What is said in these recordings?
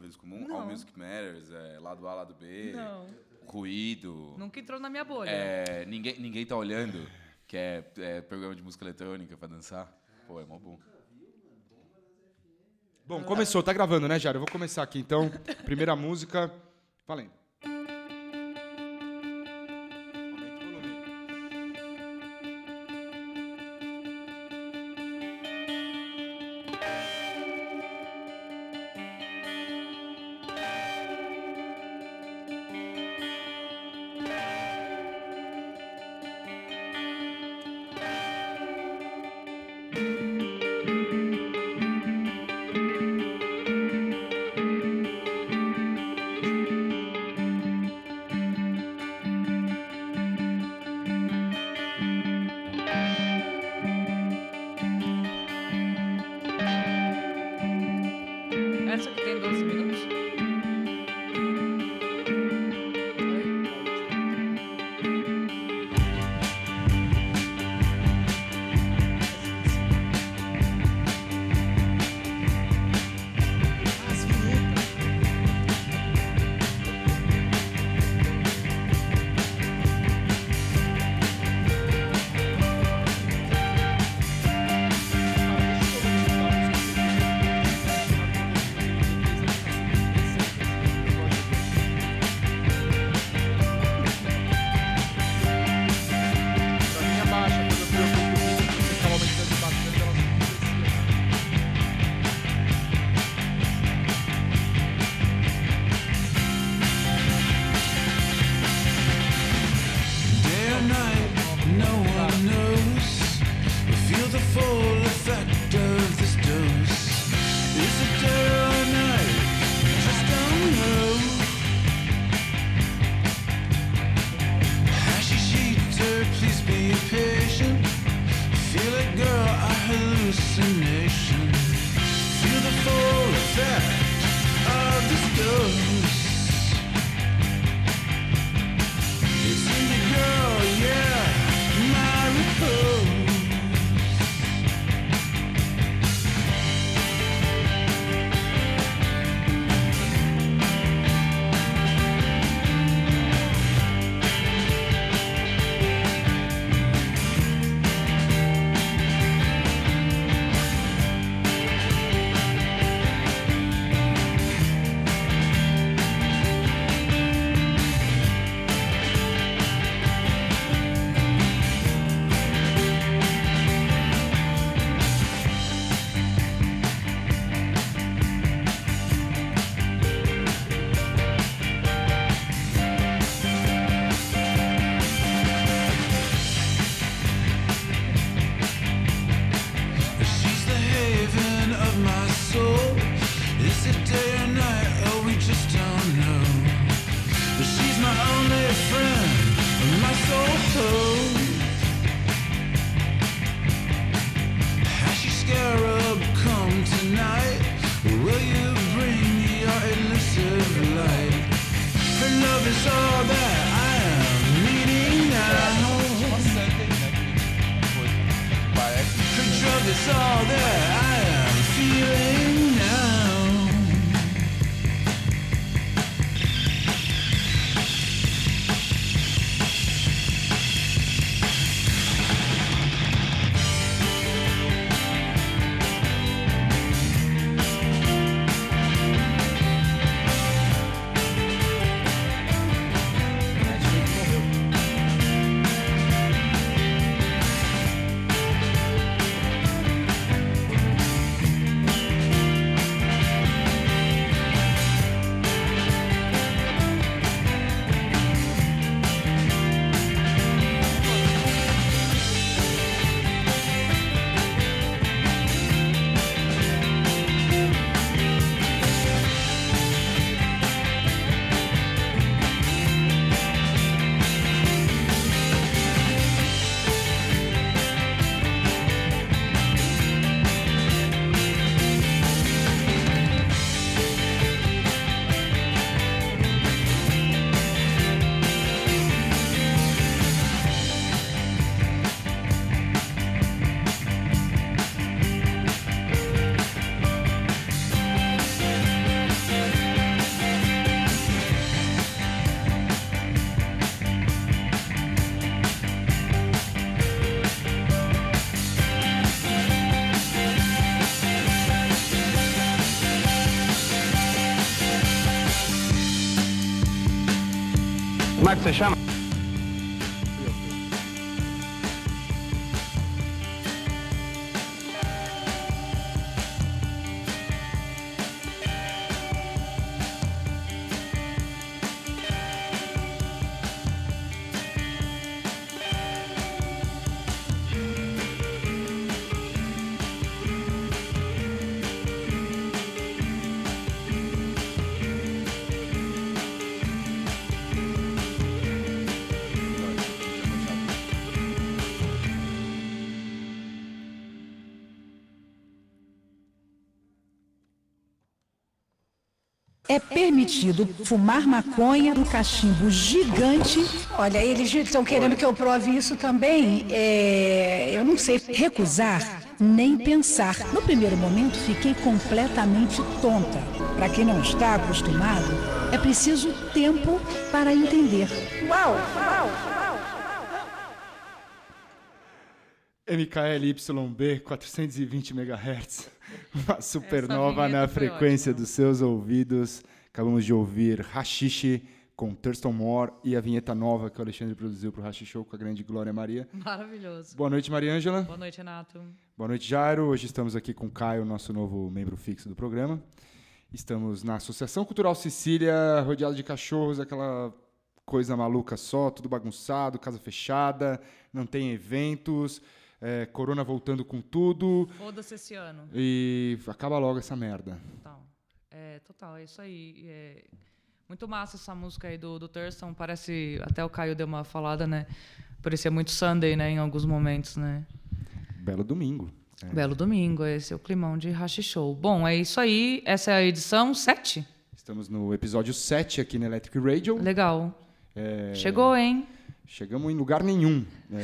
Senso Comum, Não. All Music Matters, Lado A, Lado B, Não. Ruído. Nunca entrou na minha bolha. Ninguém tá olhando, que é programa de música eletrônica pra dançar. Pô, é mó bom. Bom, começou, tá gravando, né, Jário? Eu vou começar aqui, então. Primeira música. Valendo. Aumenta o volume. Como é que você chama? É permitido fumar maconha no cachimbo gigante. Olha, eles estão querendo que eu prove isso também. Eu não sei. Recusar, nem pensar. No primeiro momento, fiquei completamente tonta. Para quem não está acostumado, é preciso tempo para entender. Uau! MKLYB 420 MHz, uma supernova na frequência dos seus ouvidos. Acabamos de ouvir Hashish com Thurston Moore e a vinheta nova que o Alexandre produziu para o Hashish Show com a grande Glória Maria. Maravilhoso. Boa noite, Mariângela. Boa noite, Renato. Boa noite, Jairo. Hoje estamos aqui com o Caio, nosso novo membro fixo do programa. Estamos na Associação Cultural Sicília, rodeado de cachorros, aquela coisa maluca só, tudo bagunçado, casa fechada, não tem eventos... Corona voltando com tudo. Foda-se esse ano. E acaba logo essa merda. Total, é isso aí. Muito massa essa música aí do Thurston. Parece, até o Caio deu uma falada, né? Parecia muito Sunday, né? Em alguns momentos, né? Belo domingo. Belo domingo, esse é o climão de Hashish Show. Bom, é isso aí. Essa é a edição 7. Estamos no episódio 7 aqui na Electric Radio. Legal. Chegou, hein? Chegamos em lugar nenhum.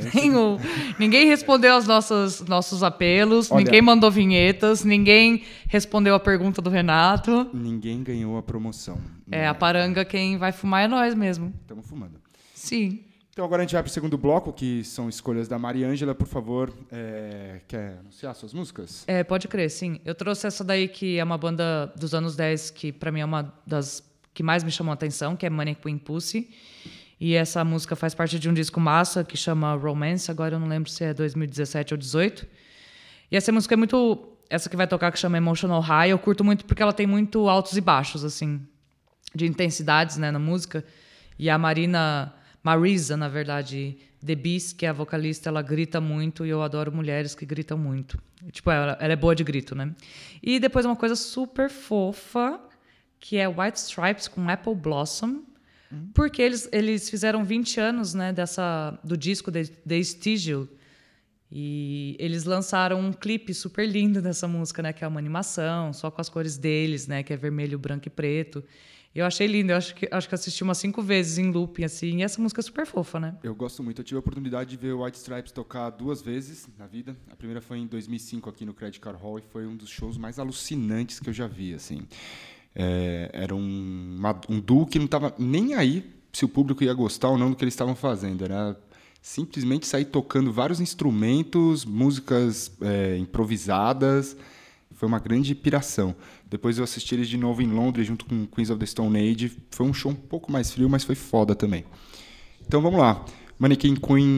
Ninguém respondeu aos nossos apelos, Olha, ninguém mandou vinhetas, ninguém respondeu a pergunta do Renato. Ninguém ganhou a promoção. A paranga, quem vai fumar é nós mesmo. Estamos fumando. Sim. Então agora a gente vai para o segundo bloco, que são escolhas da Mariângela. Por favor, quer anunciar suas músicas? Pode crer, sim. Eu trouxe essa daí, que é uma banda dos anos 10, que para mim é uma das que mais me chamou a atenção, que é Mannequin Pussy. E essa música faz parte de um disco massa que chama Romance, agora eu não lembro se é 2017 ou 2018. E essa música é muito... Essa que vai tocar, que chama Emotional High, eu curto muito porque ela tem muito altos e baixos, assim, de intensidades, né, na música. E a Marisa, na verdade, The Beast, que é a vocalista, ela grita muito e eu adoro mulheres que gritam muito. Tipo, ela é boa de grito, né? E depois uma coisa super fofa, que é White Stripes com Apple Blossom, porque eles fizeram 20 anos, né, do disco The Stygian, e eles lançaram um clipe super lindo dessa música, né, que é uma animação, só com as cores deles, né, que é vermelho, branco e preto. Eu achei lindo, eu acho que assisti umas 5 vezes em looping, assim, e essa música é super fofa, né? Eu gosto muito, eu tive a oportunidade de ver o White Stripes tocar 2 vezes na vida. A primeira foi em 2005 aqui no Credit Card Hall e foi um dos shows mais alucinantes que eu já vi, assim. Era um duo que não estava nem aí se o público ia gostar ou não do que eles estavam fazendo. Era simplesmente sair tocando vários instrumentos, músicas improvisadas. Foi uma grande piração. Depois eu assisti eles de novo em Londres, junto com Queens of the Stone Age. Foi um show um pouco mais frio, mas foi foda também. Então vamos lá. Mannequin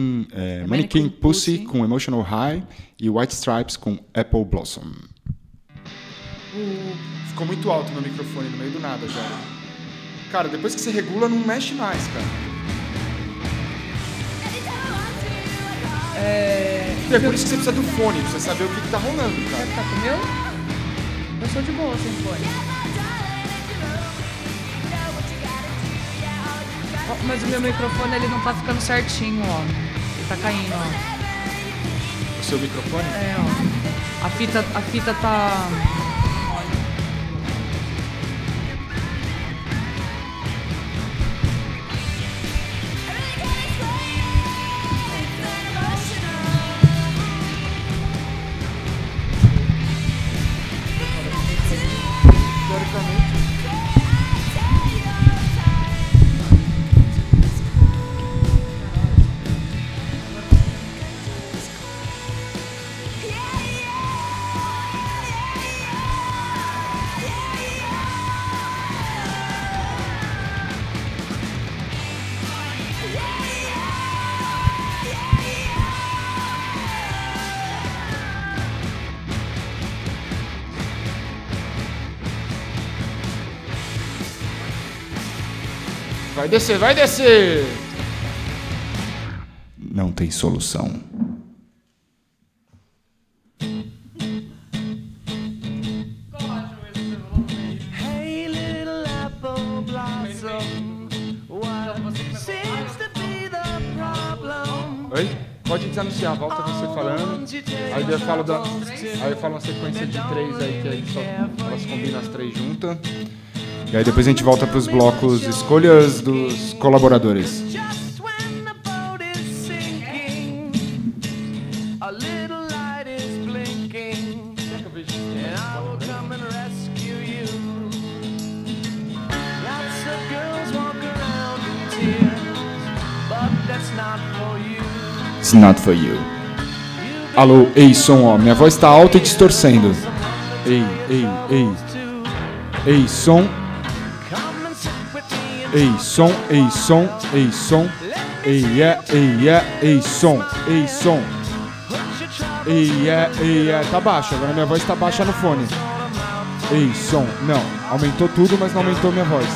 Pussy com Emotional High e White Stripes com Apple Blossom. Ficou muito alto meu microfone no meio do nada já. Cara, depois que você regula, não mexe mais, cara. É por isso que você precisa do fone, pra você saber o que tá rolando, cara. Tá com o meu? Eu sou de boa sem fone. Mas o meu microfone, ele não tá ficando certinho, ó. Ele tá caindo, ó. O seu microfone? Ó. A fita tá... Vai descer, vai descer! Não tem solução. Hey, little apple blossom, what seems to be the problem? Oi? Pode desanunciar, volta você falando. Aí eu falo uma sequência de 3 aí, que aí elas combinam as 3 juntas. E aí depois a gente volta para os blocos escolhas dos colaboradores. Just when the boat is sinking, a little light is blinking, and I will come and rescue you. Lots of girls walk around in tears, but that's not for you. It's not for you. Alô, ei, som, ó. Minha voz tá alta e distorcendo. Ei, ei, ei. Ei, som. Ei, som, ei, som, ei, som. Ei, ei, som, ei, som. Ei, tá baixo. Agora minha voz tá baixa no fone. Ei, som. Não, aumentou tudo, mas não aumentou minha voz.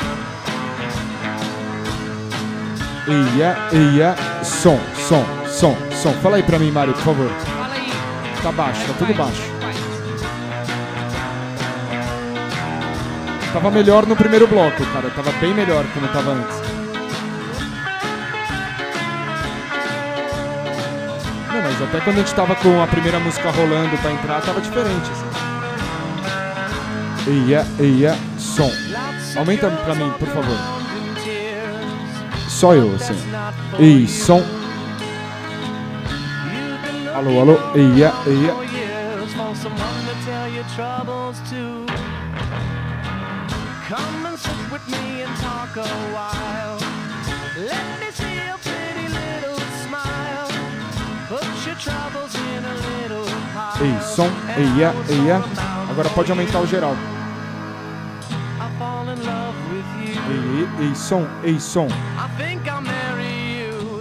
Ei, som, som, som, som. Fala aí pra mim, Mário, por favor. Fala aí. Tá baixo, tá tudo baixo. Tava melhor no primeiro bloco, cara. Tava bem melhor como tava antes. Não, mas até quando a gente tava com a primeira música rolando pra entrar, tava diferente, assim. Eia, som. Aumenta pra mim, por favor. Só eu, assim. Ei, som. Alô, alô. Eia. Come and sit with me and talk a while. Let me see your pretty little smile. Put your troubles in a little pile. Ei, som. Eia. Agora pode aumentar o geral. I fall in love with you. Ei, som. I think I'll marry you.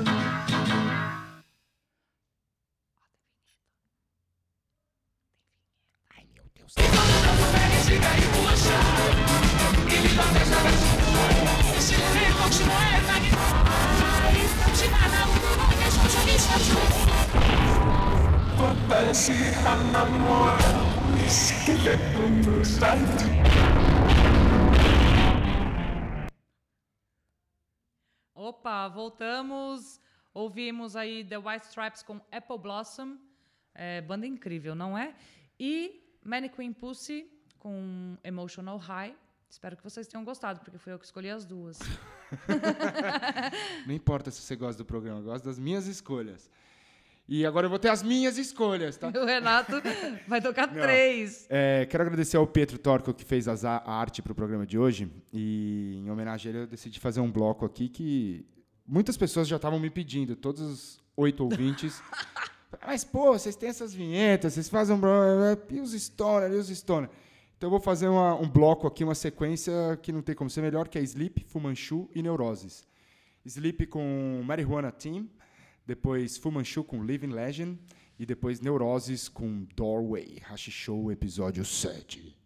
Opa, voltamos. Ouvimos aí The White Stripes com Apple Blossom. Banda incrível, não é? E Mannequin Pussy com Emotional High. Espero que vocês tenham gostado, porque fui eu que escolhi as duas. Não importa se você gosta do programa, eu gosto das minhas escolhas. E agora eu vou ter as minhas escolhas, tá? O Renato vai tocar 3. Quero agradecer ao Pietro Torco, que fez a arte para o programa de hoje. E, em homenagem a ele, eu decidi fazer um bloco aqui que muitas pessoas já estavam me pedindo, todos os 8 ouvintes. Mas, pô, vocês têm essas vinhetas, vocês fazem e os Stoner. Então eu vou fazer um bloco aqui, uma sequência que não tem como ser melhor, que é Sleep, Fu Manchu e Neuroses. Sleep com Marijuana Team, depois Fu Manchu com Living Legend e depois Neuroses com Doorway, Hashi Show, episódio 7.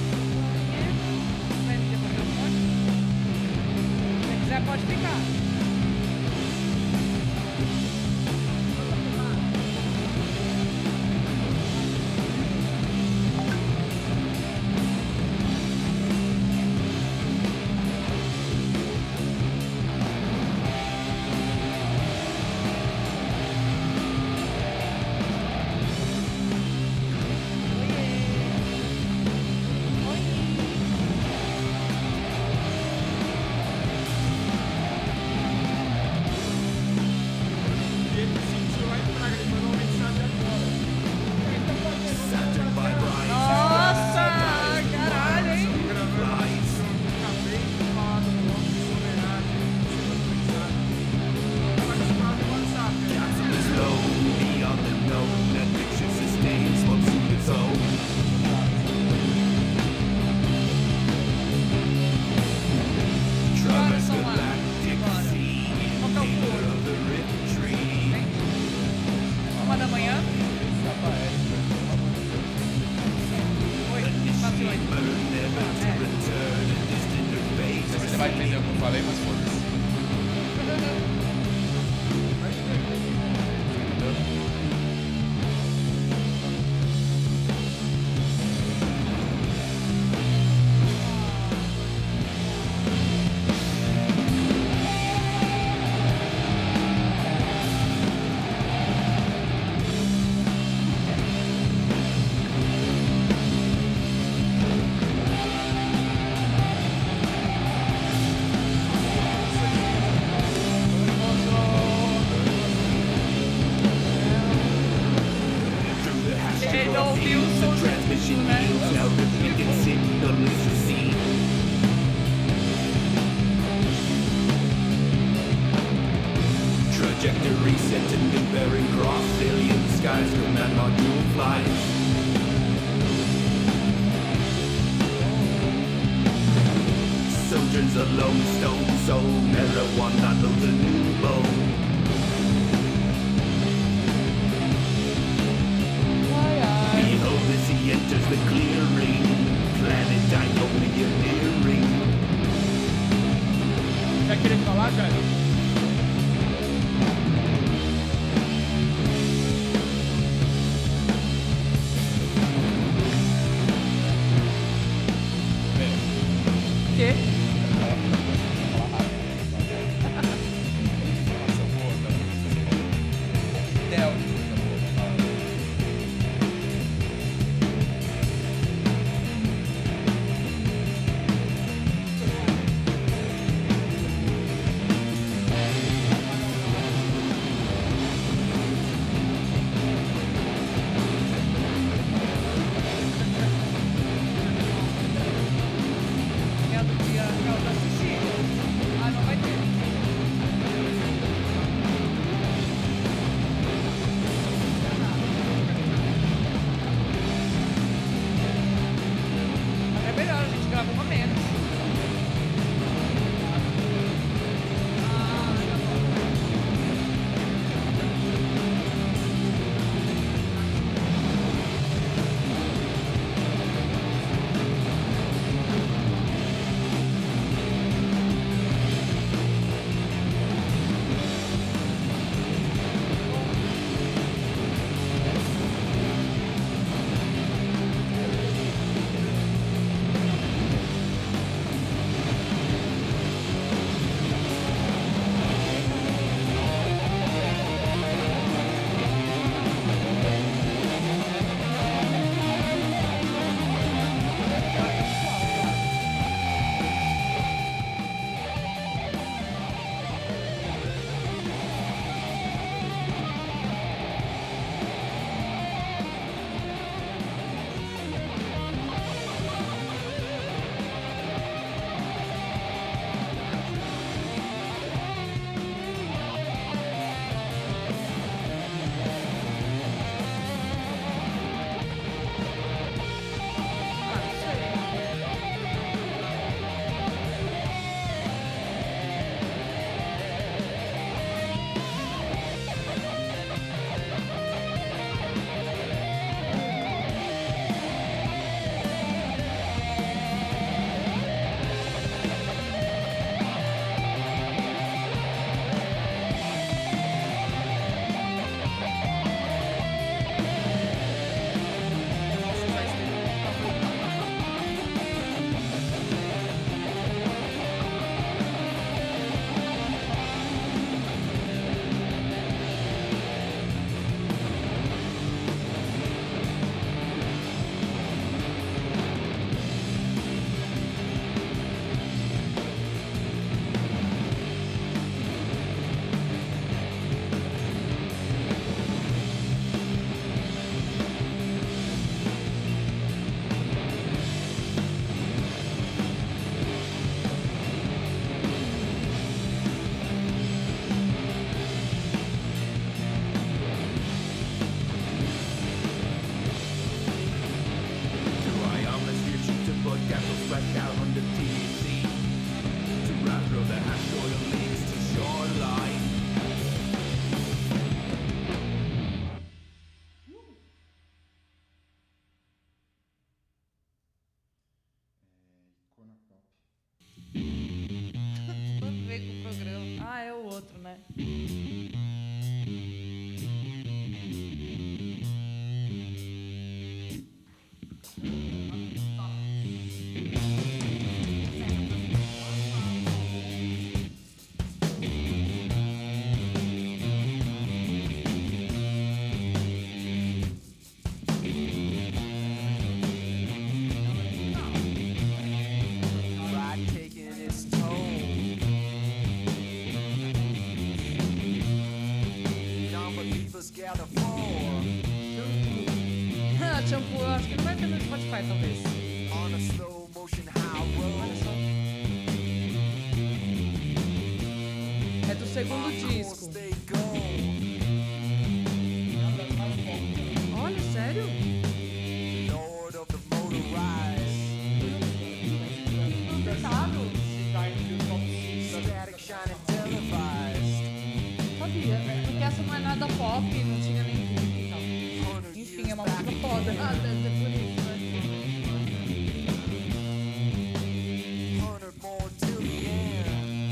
Se quiser, pode ficar. means no repeated signal is received. Trajectory set to new bearing cross, alien skies, command module flies. Sojourns alone, stone soul, marijuana loads a new bone. Behold as he enters the clearing, planet Ionia nearing. Já queria falar, Jair? Quê? Shampoo, eu acho que não vai ter no Spotify, talvez. On a slow motion highway. Olha só. É do segundo disco. They go. Olha, sério? Lord of the motorized. Pesado. Static shining televised. Sabia, porque essa não é nada pop, não tinha nem clipe e tal. Enfim, é uma música foda. Ah, deve ser por isso, né? 100 more till the end.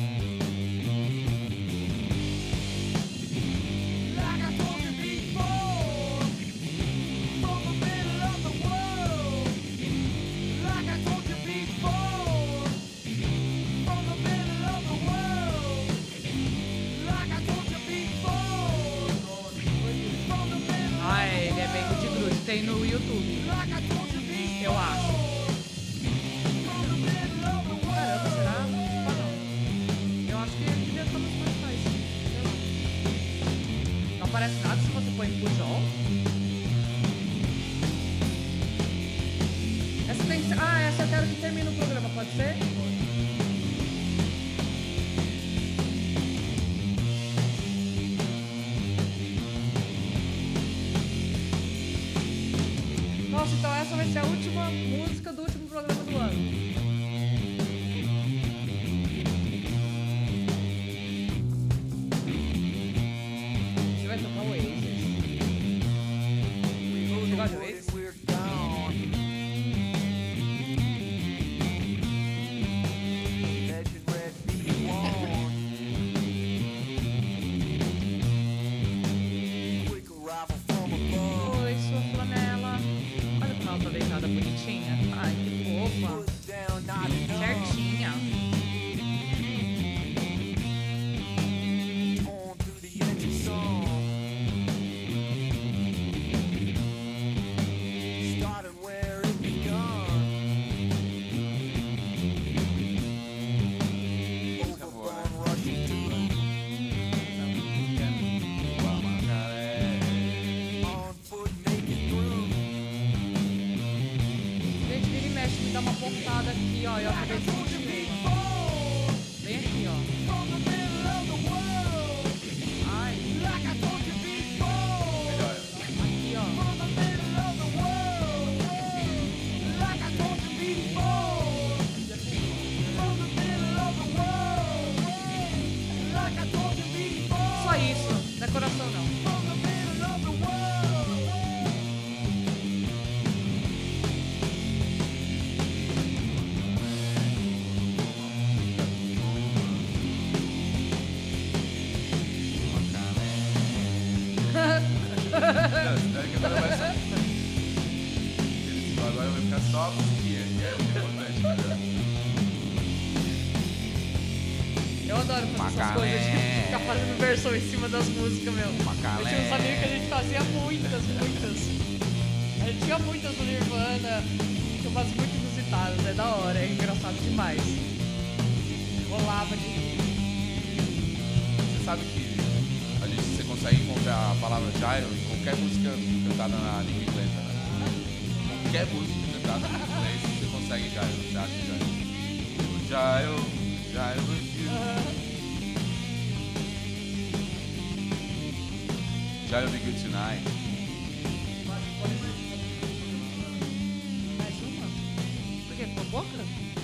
Like I told you before, from the middle of the world. Like I told you before, from the middle of the world. Like I told you before, from the middle. Ah, ele é bem good grude. Tem no YouTube, Like I told you before, eu acho. from the middle of the world. Caramba, será? Ah, não. Eu acho que ele devia estar no Spotify, sim. Não aparece nada se você põe Pujol. Essa tem que ser... Ah, essa eu quero que termine o programa, pode ser? Nossa, então essa vai ser a última música do último programa do ano. Você vai tocar o Oasis? Você gosta de Oasis? We're gone. Legend red be worn. Quick arrival from above. Oi, sua flanela. Olha como ela tá deitada bonitinha. Ai, que fofa. Put down, not enough. Certinha. Torn through the engine song. Starting where it begun. Overborn, rushing through. On foot, naked through. Gente, vira e mexe, me dá uma pontada aqui, ó. Eu acabei de sentir uma. Bem aqui, ó. From the middle of the world. Ai, Like I told you before. aqui, ó. From the middle of the world. Like I told you before. From the middle of the world. Like I told you before. Só isso, decoração não. From the middle of the world. Agora vai ser. Agora vai ficar só a musiquinha, que é o importante, entendeu? Eu adoro fazer essas Macalé. coisas de ficar fazendo versão em cima das músicas, meu. Macalé. A gente não sabia que a gente fazia muitas. A gente tinha muitas do Nirvana, umas muito inusitadas, é da hora, é engraçado demais. Rolava de rir. Você sabe que você consegue encontrar a palavra gyro em qualquer música cantada na língua inglesa, né? Qualquer música cantada em inglês, você consegue gyro, você acha gyro. Gyro, gyro with you. Gyro be good tonight. Mais uma? Por quê? Ficou pouca?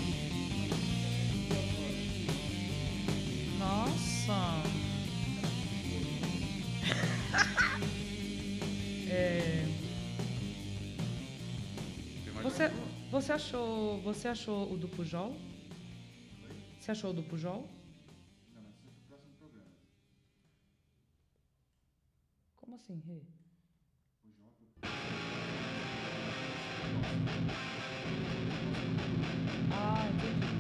Nossa. Tem mais Você achou o do Pujol? Você achou o do Pujol? Como assim, Rê? Ah, entendi.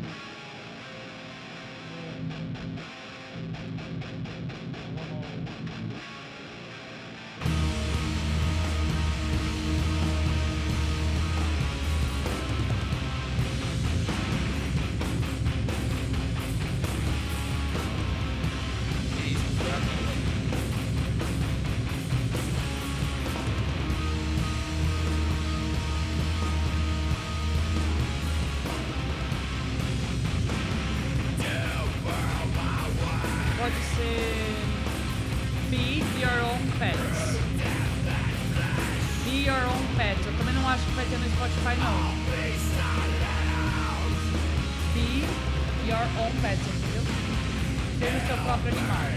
acho que vai ter no Spotify, não. Be your own pet, entendeu? Ser o seu próprio animal.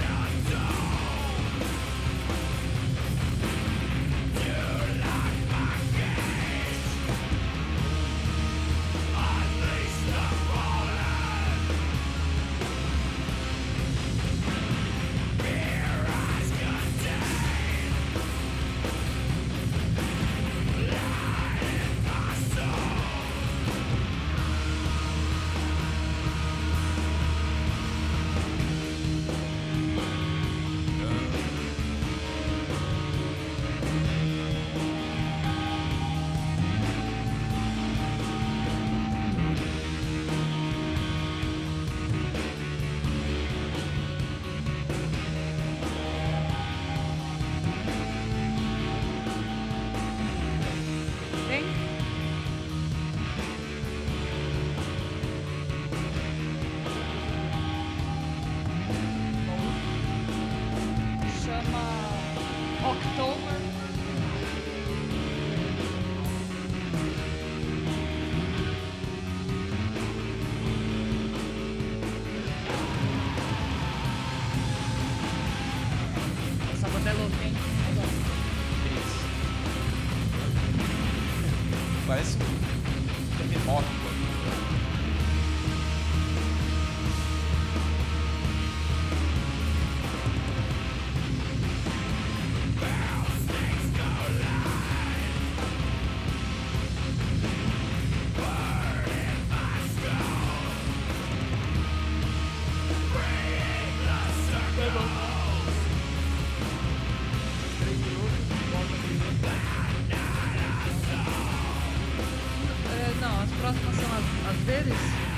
Tem? Chama October. Essa banda é louca, hein? Eu gosto. Parece terremoto. Não, as próximas são as deles?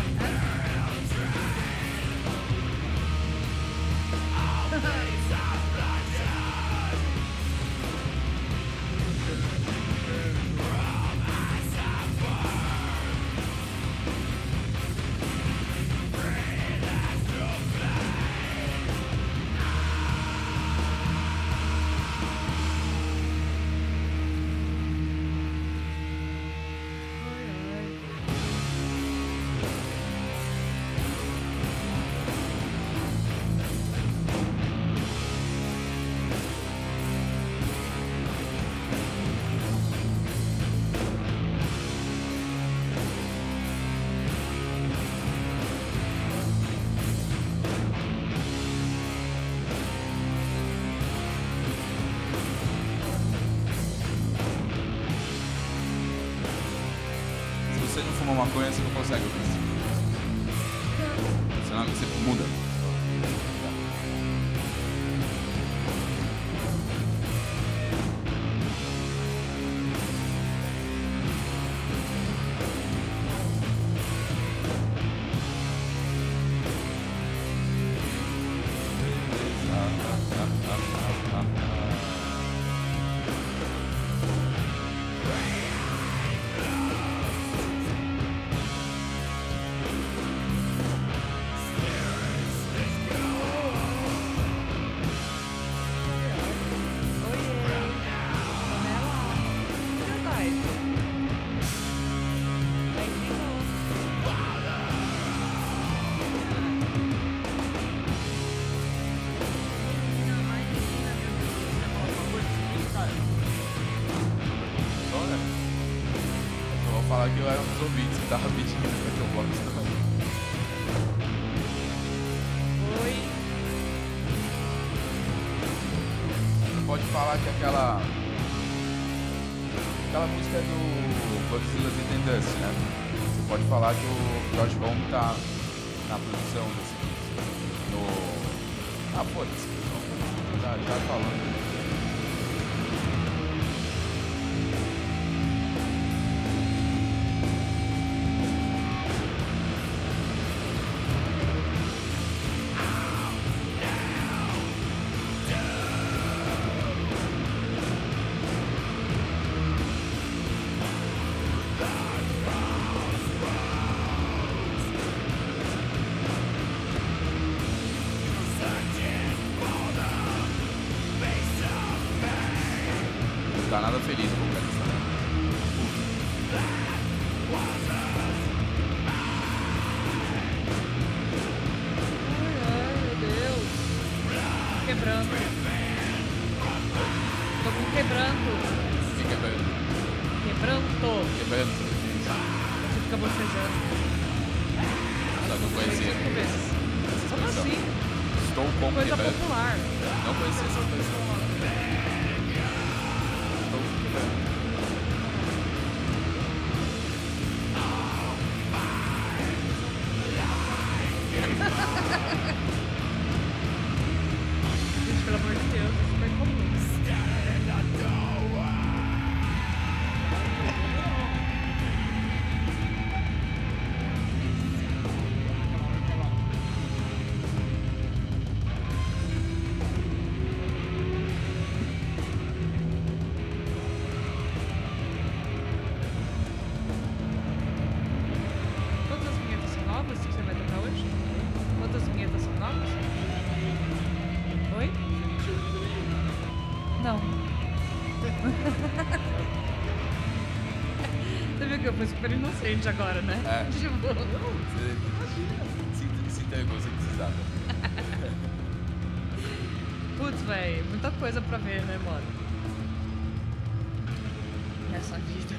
Se você não fuma maconha, você não consegue ouvir isso. Senão você muda. Olha, eu vou falar que eu era um dos ouvintes que tava pedindo pra que eu gosto. Oi. Você pode falar que aquela música é do Godzilla's Eat and Dust, né? Você pode falar que o George Holmes tá na produção desse no... Ah, foda-se, já falando. Tá nada feliz com o cara. Quebranto. Que quebrando. Quebranto. Quebrando. Você fica bocejando. Só não conhecia. Como assim? Estou com Coisa quebrando. popular. Não conhecia essa pessoa. Estou quebrando. Gente, pelo amor de Deus, é super comum. Quantas vinhetas são novas que você vai tocar hoje? Quantas vinhetas são novas? Oi? Não. Você viu que eu fui super inocente agora, né? É. Tipo, Se entregou sem precisar. putz, velho, muita coisa pra ver, né, mano? Nessa vida.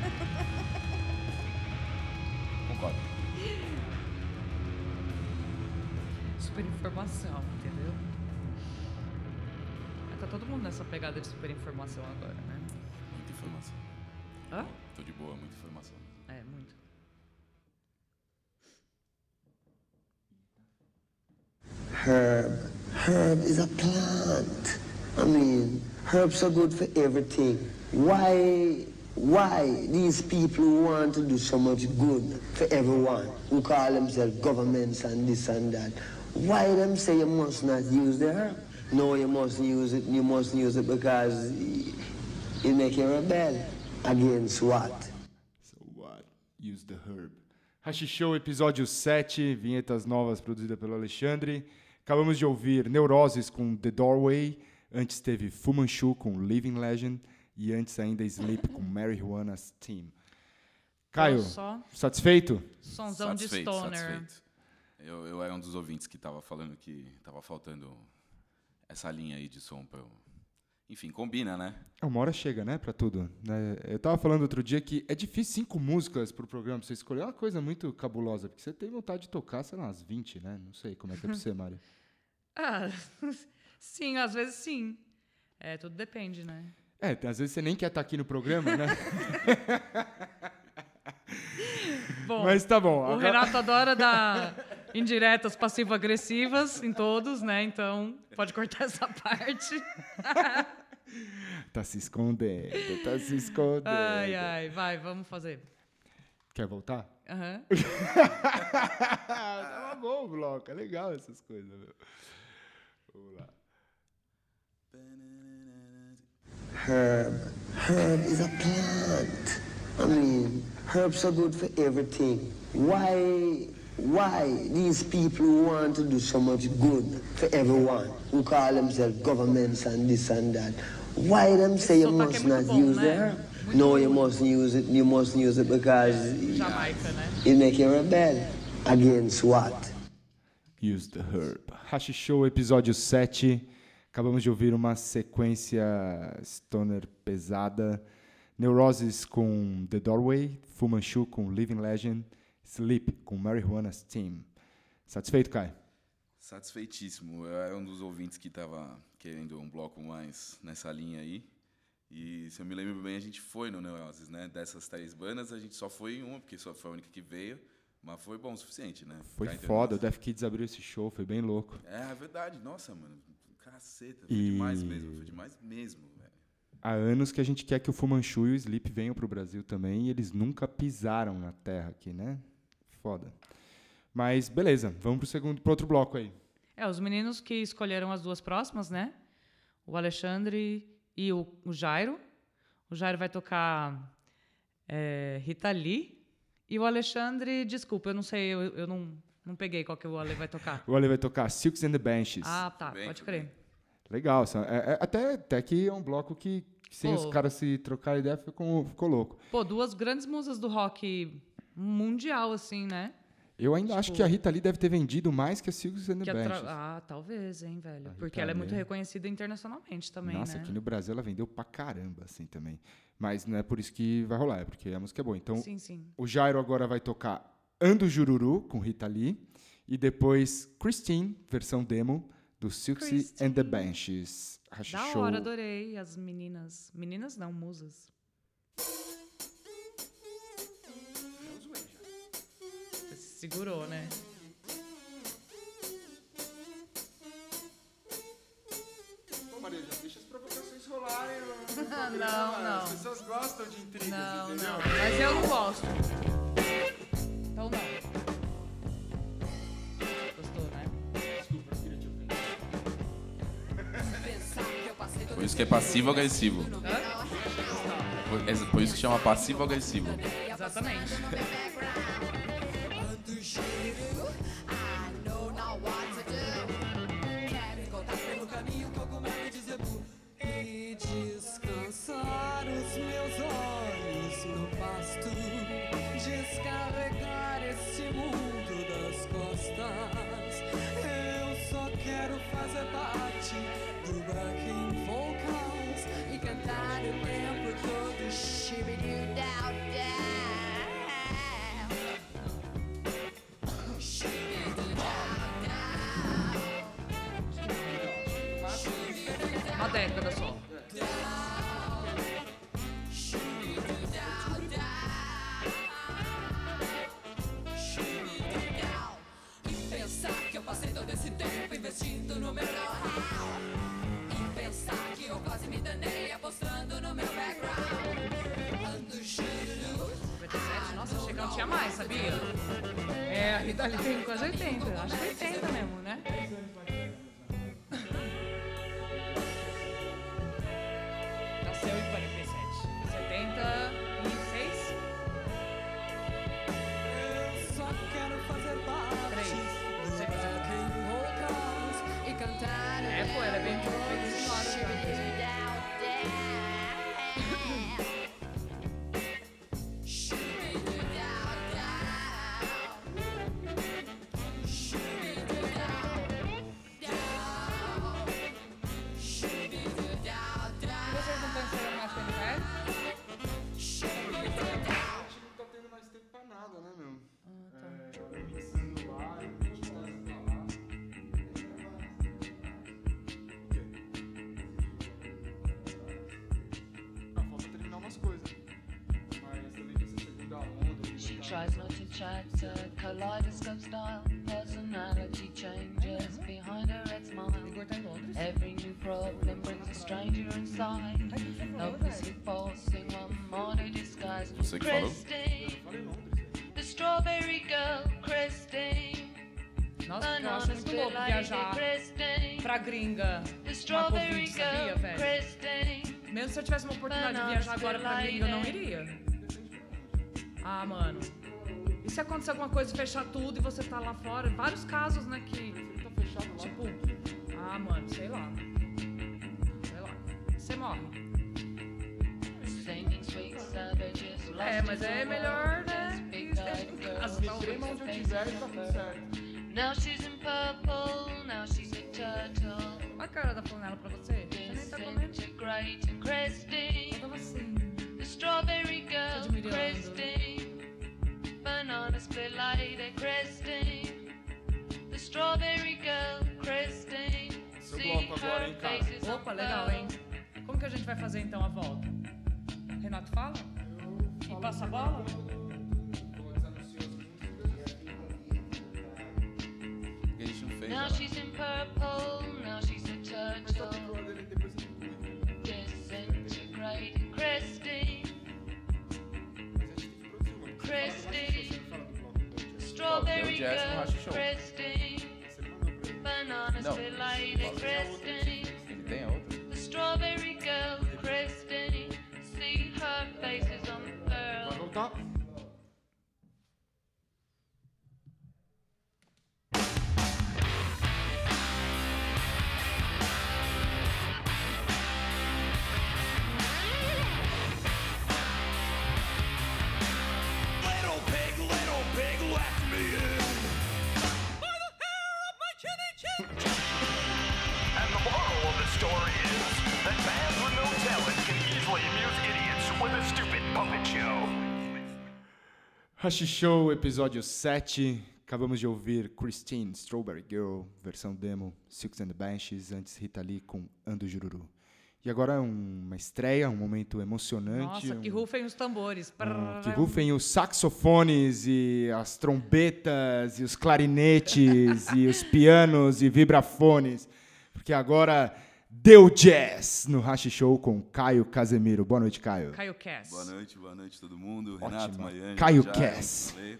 Concordo. Super informação, entendeu? Mas tá todo mundo nessa pegada de super informação agora, né? Muita informação. Hã? Tô de boa, muita informação. É, muito. Herb is a plant. I mean, herbs are good for everything. Why these people who want to do so much good for everyone, who call themselves governments and this and that, why them say you must not use the herb? No, you mustn't use it because it make you rebel. Against what? So what? Use the herb. Hashi Show, episódio 7, vinhetas novas produzida pelo Alexandre. Acabamos de ouvir Neuroses com The Doorway, antes teve Fu Manchu com Living Legend e antes ainda Sleep com Marijuana's Team. Caio, Só satisfeito? sonzão de stoner. Satisfeito. Eu era um dos ouvintes que tava falando que tava faltando essa linha aí de som pra eu... Enfim, combina, né? Uma hora chega, né, pra tudo. Né? Eu tava falando outro dia que é difícil 5 músicas pro programa pra você escolher. É uma coisa muito cabulosa, porque você tem vontade de tocar, sei lá, umas 20, né? Não sei como é que é pra você, Mário. Ah, sim, às vezes sim. É, tudo depende, né? É, às vezes você nem quer estar aqui no programa, né? Bom, Mas tá bom. o Renato adora dar indiretas passivo-agressivas em todos, né? Então, pode cortar essa parte. Tá se escondendo, tá se escondendo. Ai, ai, vai, vamos fazer. Quer voltar? Aham. Tava bom o bloco, é legal essas coisas, meu. Vamos lá. Herb is a plant. I mean, herbs are good for everything. Why these people who want to do so much good for everyone, who call themselves governments and this and that, why them say you Sotaque é must muito not bom, use the né? herb? Muito No, you mustn't use it because Jamaica, né? it make you rebel. Against what? Use the herb. Hashi Show, episódio 7. Acabamos de ouvir uma sequência stoner pesada. Neuroses com The Doorway, Fu Manchu com Living Legend, Sleep com Marijuana's Team. Satisfeito, Kai? Satisfeitíssimo. Eu era um dos ouvintes que tava querendo um bloco mais nessa linha aí. E, se eu me lembro bem, a gente foi no Neuroses, né? Dessas 3 bandas, a gente só foi em uma, porque só foi a única que veio. Mas foi bom o suficiente, né? Foi Cá entre foda, o nós. Def Kids abriu esse show, foi bem louco. É verdade. Nossa, mano. Caceta. Foi demais mesmo. Foi demais mesmo, velho. Há anos que a gente quer que o Fu Manchu e o Sleep venham pro Brasil também, e eles nunca pisaram na terra aqui, né? Foda. Mas, beleza, vamos pro outro bloco aí. É, os meninos que escolheram as 2 próximas, né? O Alexandre e o Jairo. O Jairo vai tocar Rita Lee. E o Alexandre, desculpa, eu não sei, eu não peguei qual que o Ale vai tocar. O Ale vai tocar Silks and the Benches. Ah, tá, bem, pode tudo crer. bem. Legal, até que é um bloco que sem Pô. os caras se trocarem ideia ficou louco. Pô, 2 grandes musas do rock mundial, assim, né? Eu ainda acho que a Rita Lee deve ter vendido mais que a Silks and the Benches. Talvez, hein, velho. A Porque Rita ela é Lee muito reconhecida internacionalmente também, Nossa, né? aqui no Brasil ela vendeu pra caramba, assim, também. Mas não é por isso que vai rolar, é porque a música é boa. Então, Sim. o Jairo agora vai tocar Ando Jururu, com Rita Lee. E depois Christine, versão demo, do Silks and the Benches. Da hora, adorei as meninas. Meninas não, musas. Você se segurou, né? Pô, Maria, já deixa as provocações rolarem. Não. As pessoas gostam de intrigas, Não. entendeu? Mas eu não gosto. Então não. Gostou, né? Desculpa, eu queria te ofender. Por isso que é passivo-agressivo. Por isso que chama passivo-agressivo. Exatamente. E descansar os meus olhos no pasto, descarregar esse mundo das costas. Eu só quero fazer parte do backing vocals e cantar o tempo todo shibidi-dow-dow. Uma década só. E pensar que eu passei todo esse tempo investindo no meu know-how. E pensar que eu quase me danei apostando no meu background. Ando juro. 57, nossa, achei que não tinha mais, sabia? É, a Rita Lee tem quase 80. Acho que 80 mesmo, né? Nasceu em 47. 76? Eu só quero fazer parte Três. do backing vocals e cantar o É, pô, ela é bem senhora já. Vocês não estão ensinando mais pra ele, A gente não tá tendo mais tempo pra nada, né, meu? Eu mixando lá, a gente tá indo pra lá. Falta terminar umas coisas. Mas também tem essa segunda onda. She tries not to chatter, kaleidoscope style, personality changes behind her red smile. Igor tá em Londres. Every new problem brings a stranger inside, hopelessly forcing one more to disguise. Você que falou? Christine, the strawberry girl, Christine. Nossa, porque eu acho muito louco viajar pra gringa. The Uma strawberry Covid, sabia, girl, velho? Christine. Mesmo se eu tivesse uma oportunidade de viajar agora pra gringa, eu não iria. Ah, mano. E se acontecer alguma coisa e fechar tudo e você tá lá fora? Vários casos, né, que... Tipo... Ah, mano, sei lá. Você morre. Singing sweet savages, É, mas é melhor, né? Caso Extrema onde eu tiver e tá tudo certo. Now she's in purple, now she's a turtle. Olha a cara da flanela pra você. Você nem tá comendo. Disintegrating Christine, Eu tava assim. the strawberry girl, admirando. Christine. Banana split lady, Christine. The strawberry girl, Christine. Seu See bloco agora, hein, her cara? faces on Opa, legal, hein? Como que a gente vai fazer então a volta? Renato fala? E passa a bola? Que a gente não fez. Now Ela. she's in purple, now she's a turtle. Disintegrating Christine, Christine. Strawberry Deu jazz no girl, Racha Show. Christine. Banana Não. split lady, Christine. Ele tem a outra. The strawberry girl, Christine. See her faces on the Vai pearl. voltar? Little pig, left me in. Hush Show, episódio 7. Acabamos de ouvir Christine, Strawberry Girl, versão demo, Silks and the Benches, antes Rita Lee com Ando Jururu. E agora uma estreia, um momento emocionante. Nossa, que rufem os tambores. Que rufem os saxofones e as trombetas e os clarinetes e os pianos e vibrafones. Porque agora deu jazz no Hush Show com Caio Casemiro. Boa noite, Caio. Caio Cass. Boa noite todo mundo. Ótimo. Renato, Mariane. Caio Jairo, Cass. Ale.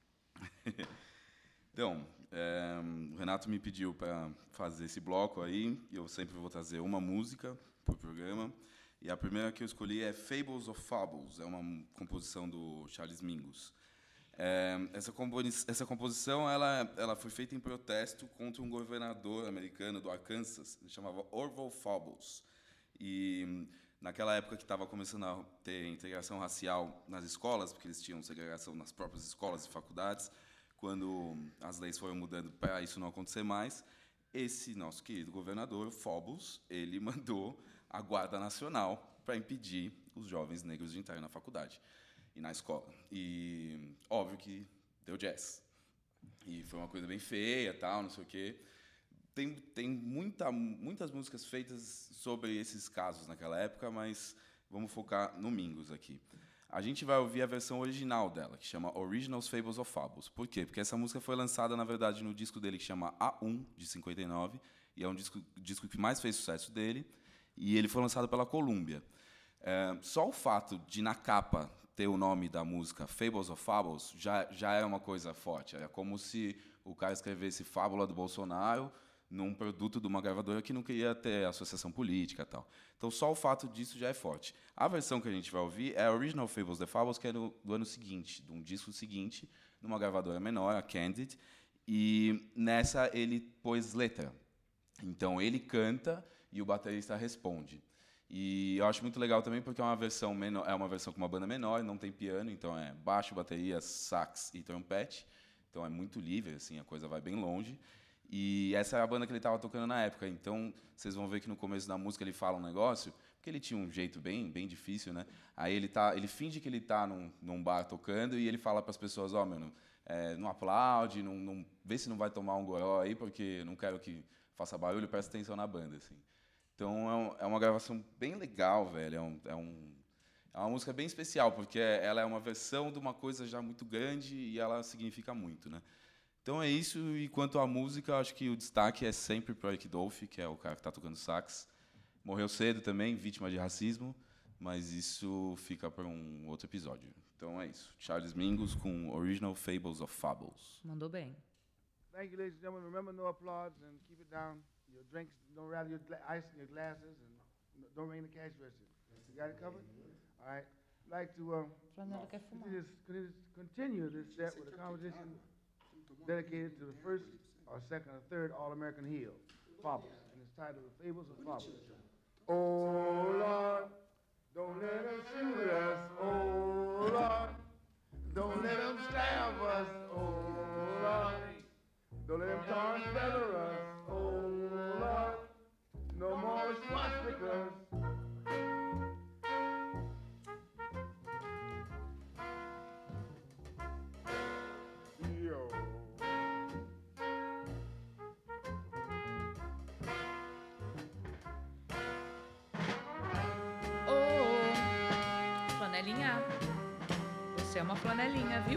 Então, o Renato me pediu para fazer esse bloco aí. Eu sempre vou trazer uma música para o programa. E a primeira que eu escolhi é Fables of Fables. É uma composição do Charles Mingus. Essa composição ela foi feita em protesto contra um governador americano do Arkansas, ele chamava Orval Fables. E naquela época que estava começando a ter integração racial nas escolas, porque eles tinham segregação nas próprias escolas e faculdades, quando as leis foram mudando para isso não acontecer mais, esse nosso querido governador, Fables, ele mandou a Guarda Nacional para impedir os jovens negros de entrarem na faculdade e na escola. E óbvio que deu jazz. E foi uma coisa bem feia, tal, não sei o quê. Tem muitas músicas feitas sobre esses casos naquela época, mas vamos focar no Mingus aqui. A gente vai ouvir a versão original dela, que chama Originals Fables of Fables. Por quê? Porque essa música foi lançada, na verdade, no disco dele que chama A1, de 59, e é um disco que mais fez sucesso dele, e ele foi lançado pela Columbia. Só o fato de, na capa, ter o nome da música Fables of Fables já era uma coisa forte. Era como se o cara escrevesse Fábula do Bolsonaro num produto de uma gravadora que não queria ter associação política e tal. Então, só o fato disso já é forte. A versão que a gente vai ouvir é a Original Fables of Fables, que é do ano seguinte, de um disco seguinte, numa gravadora menor, a Candid, e nessa ele pôs letra. Então, ele canta e o baterista responde. E eu acho muito legal também porque é uma versão menor, é uma versão com uma banda menor, não tem piano, então é baixo, bateria, sax e trompete. Então é muito livre, assim, a coisa vai bem longe. E essa era a banda que ele estava tocando na época. Então vocês vão ver que no começo da música ele fala um negócio, porque ele tinha um jeito bem difícil, né? Aí ele finge que ele está num bar tocando e ele fala para as pessoas, não aplaude, não vê se não vai tomar um goró aí, porque não quero que faça barulho, presta atenção na banda, assim. Então, é uma gravação bem legal, velho. É uma música bem especial, porque ela é uma versão de uma coisa já muito grande e ela significa muito, né? Então é isso. E quanto à música, acho que o destaque é sempre para o Eric Dolphy, que é o cara que está tocando sax. Morreu cedo também, vítima de racismo, mas isso fica para um outro episódio. Então é isso. Charles Mingus com Original Fables of Fables. Mandou bem. Thank you, ladies and gentlemen. Remember, no applause and keep it down. Your drinks, don't rattle your ice in your glasses, and don't ring the cash register. You got it covered? All right. I'd like to continue this set with a composition dedicated to the first or second or third All-American heel, Fables, and it's titled The Fables of Fables. Oh, Lord, don't let them shoot us. Oh, Lord, don't let them stab us. Oh, Lord, don't let them tar and feather us. Oh, Lord, no more swastikas. Yo. Flanelinha. Você é uma flanelinha, viu?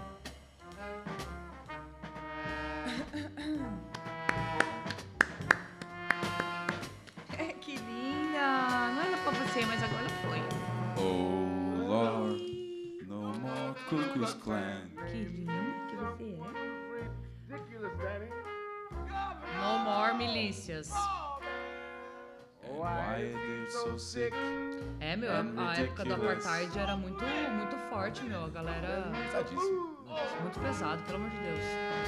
Que linda! Não era pra você, mas agora foi. Oh, Lord, no more Ku Klux Klan. Que lindo que você é. Ridiculous, Danny. No more milícias. And why they're so sick. É, meu, a época do apartheid era muito forte, meu. A galera... Pesadíssimo. Muito pesado, pelo amor de Deus.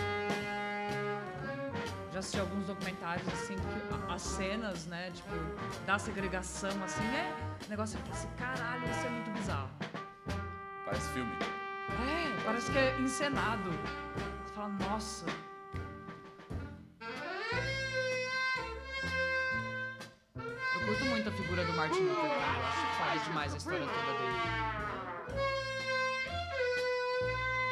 Já assisti alguns documentários, assim, que as cenas, né, tipo, da segregação, assim, o negócio fica assim, caralho, isso é muito bizarro. Parece filme. Parece que é encenado. Você fala, nossa... Eu curto muito a figura do Martin Luther King. Eu acho foda demais a história toda dele.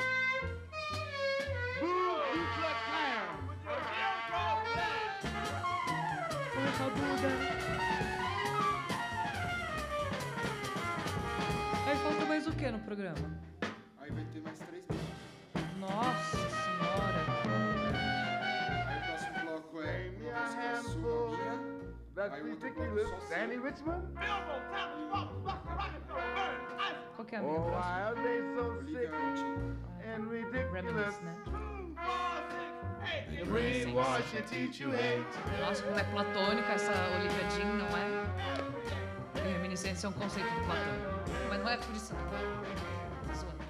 que no programa? Aí vai ter mais 3 minutos. Nossa senhora. Aí o próximo bloco é uma música sua, minha. Aí o outro bloco só seu. Danny Richmond? Qual que é a minha próxima? Why are they so Olivia sick Rodrigo. and ridiculous? Reminisce, né? Brainwash and teach you hate. Nossa, como é platônica essa Olivia Jean, não é? E reminiscência é um conceito do Platão. Mas não é por isso, não. Tô zoando.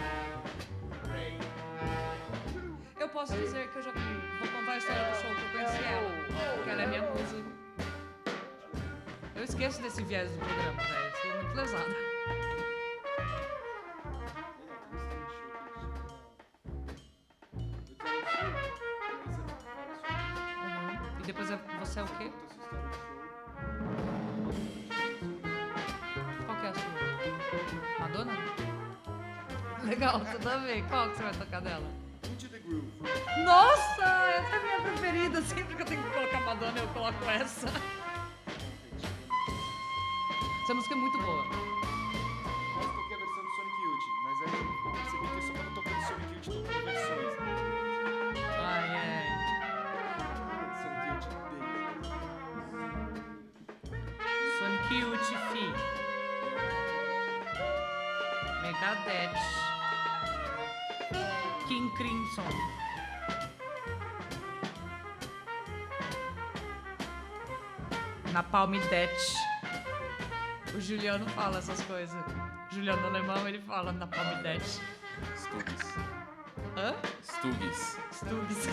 Eu posso dizer que eu já vou contar a história do show que eu conheci ela. Porque ela é minha musa. Eu esqueço desse viés do programa, velho. Estou muito lesada. E depois você é o quê? Qual que é a sua? Madonna? Legal, tudo a ver. Qual que você vai tocar dela? Into the Groove. Nossa, essa é a minha preferida. Sempre que eu tenho que colocar Madonna, eu coloco essa. Essa música é muito boa. Eu toquei a versão do Sonic Youth, mas aí eu percebi que eu só tava tocando Sonic Youth tocando versões. Ai, é. Sonic Youth dele. Sonic Youth, fi. Megadeth. King Crimson. Napalm Death. O Juliano fala essas coisas. Juliano Alemão, ele fala Napalm Death. Stugs. Hã? Stugs. Stugs.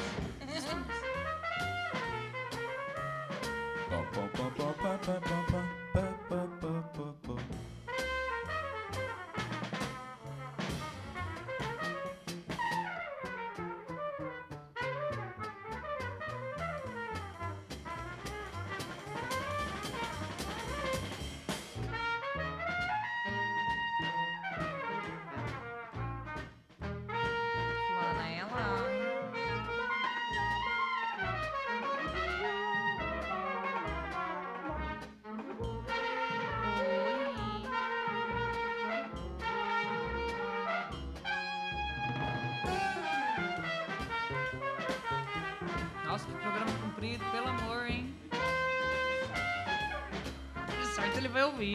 Nossa, que programa comprido, pelo amor, hein? De sorte ele vai ouvir.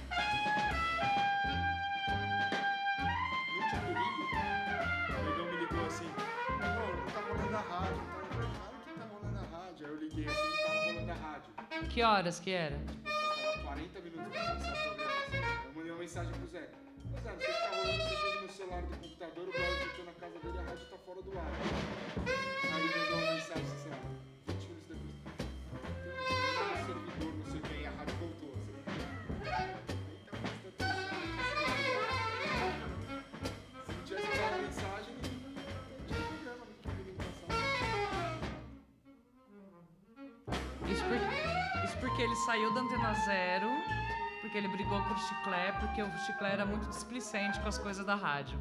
No dia domingo, o negão me ligou assim: "Pô, não tá rolando a rádio." Claro que tá rolando a rádio. Aí eu liguei assim, não tava rolando a rádio. Que horas que era? Faltava 40 minutos pra começar o programa. Assim. Aí eu mandei uma mensagem pro Zé: "Ô Zé, não sei o que tá rolando, você fez no celular do computador, o brother que eu tô na casa dele, a rádio tá fora do ar." Aí ele mandou uma mensagem assim: 20 minutos depois. Tem um servidor, não sei o que, e a rádio voltou. Assim. Então, presta atenção. Se não tivesse mandado a mensagem, não tinha programa no domingo passado. Isso porque ele saiu da Antena Zero, porque ele brigou com o Chiclé, porque o Chiclé era muito displicente com as coisas da rádio.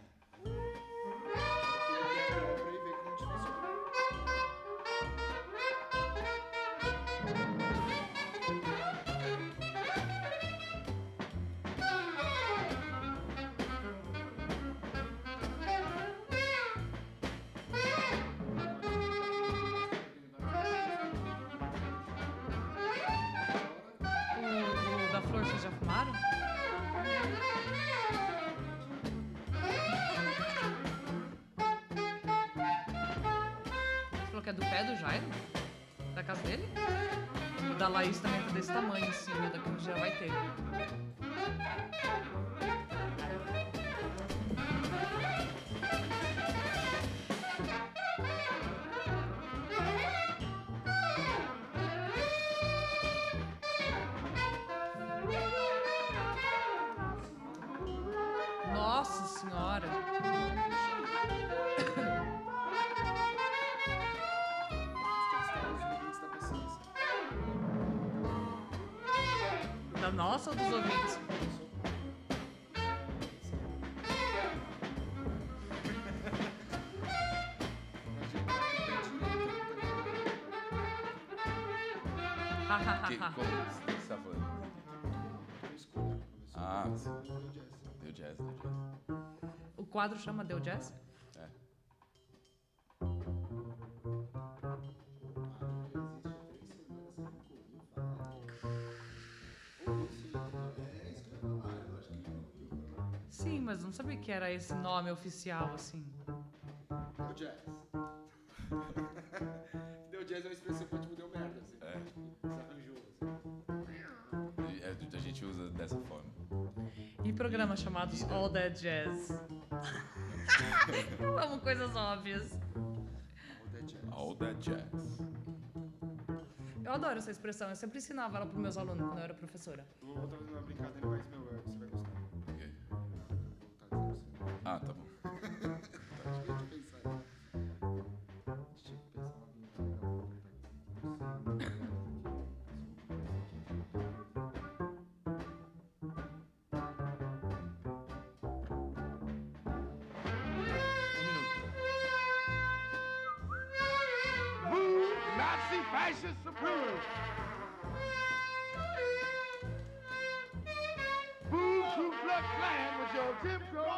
O da Flor, vocês já fumaram? Você falou que é do pé do Jairo? Da casa dele? O da Laís também tá desse tamanho, assim, né? Daqui um dia vai ter. Nossa senhora! Testar os limites da paciência. Da nossa ou dos ouvintes? Como você tá falando? Ah, sim. Deu jazz. O quadro chama Deu Jazz? É. Sim, mas não sabia que era esse nome oficial, assim. Deu jazz. Deu jazz é uma expressão que tipo deu merda, assim. É. Se arranjou, assim. A gente usa dessa forma. E programas chamados All That Jazz. Como coisas óbvias. All that jazz. Eu adoro essa expressão, eu sempre ensinava ela para meus alunos quando eu era professora. Eu vou trazer uma brincadeira, mas meu, você vai gostar. Ok. Ah, tá bom. Deixa eu pensar. Nazi fascist supreme. Boo Ku Klux Klan with your Jim Crow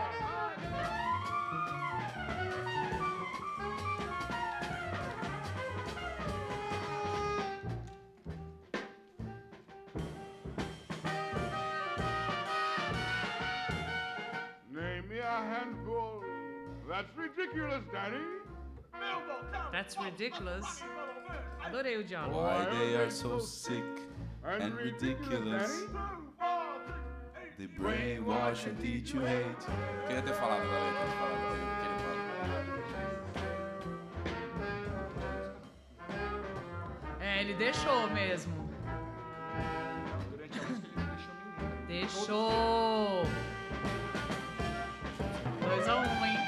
Name me a handful. That's ridiculous, Danny. That's ridiculous. Adorei o diálogo. Why they are so sick and ridiculous. They brainwash and teach you hate. Queria ter falado da letra, Ele deixou mesmo. Durante a música ele deixou ninguém. Deixou. 2-1, hein?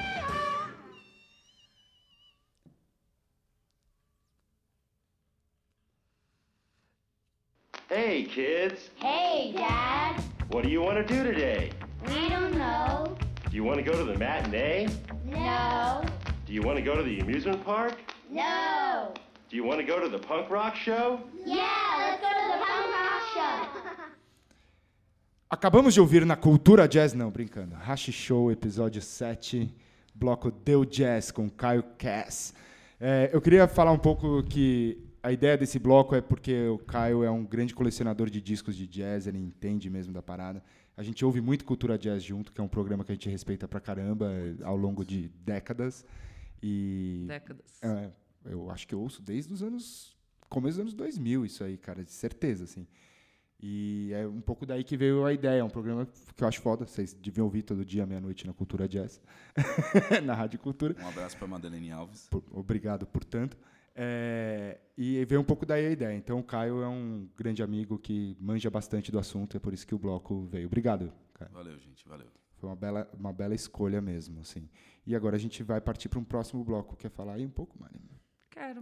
Hey, kids. Hey, Dad. What do you want to do today? We don't know. Do you want to go to the matinee? No. Do you want to go to the amusement park? No. Do you want to go to the punk rock show? Yeah, let's go to the punk rock show. Acabamos de ouvir na Cultura Jazz, não, brincando. Hashi Show, episódio 7, bloco Deu Jazz com Caio Cass. Eu queria falar um pouco que a ideia desse bloco é porque o Caio é um grande colecionador de discos de jazz, ele entende mesmo da parada. A gente ouve muito Cultura Jazz junto, que é um programa que a gente respeita pra caramba ao longo de décadas. Décadas. Eu acho que eu ouço desde os começo dos anos 2000 isso aí, cara, de certeza, assim. E é um pouco daí que veio a ideia. É um programa que eu acho foda. Vocês deviam ouvir todo dia, meia-noite, na Cultura Jazz. Na Rádio Cultura. Um abraço para Madeleine Alves. Obrigado por tanto. E veio um pouco daí a ideia. Então, o Caio é um grande amigo que manja bastante do assunto. É por isso que o bloco veio. Obrigado, Caio. Valeu, gente. Valeu. Foi uma bela escolha mesmo, assim. E agora a gente vai partir para um próximo bloco. Quer falar aí um pouco, Mari? Quero.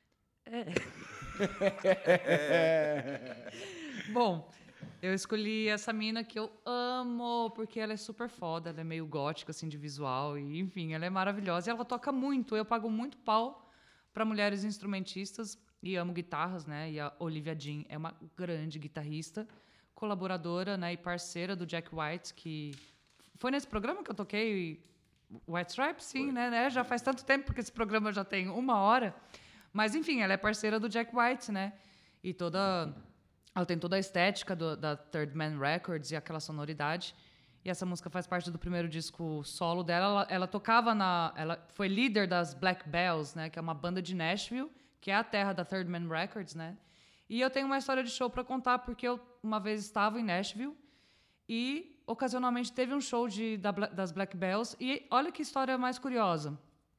Bom, eu escolhi essa mina que eu amo, porque ela é super foda, ela é meio gótica, assim, de visual, e enfim, ela é maravilhosa. E ela toca muito, eu pago muito pau para mulheres instrumentistas, e amo guitarras, né? E a Olivia Dean é uma grande guitarrista, colaboradora, né, e parceira do Jack White, que foi nesse programa que eu toquei White Stripes, sim, né? Já faz tanto tempo, porque esse programa já tem 1 hora. Mas, enfim, ela é parceira do Jack White, né? E ela tem toda a estética da Third Man Records e aquela sonoridade. E essa música faz parte do primeiro disco solo dela. Ela tocava ela foi líder das Black Bells, né? Que é uma banda de Nashville, que é a terra da Third Man Records, né? E eu tenho uma história de show para contar, porque eu uma vez estava em Nashville e, ocasionalmente, teve um show das Black Bells. E olha que história mais curiosa.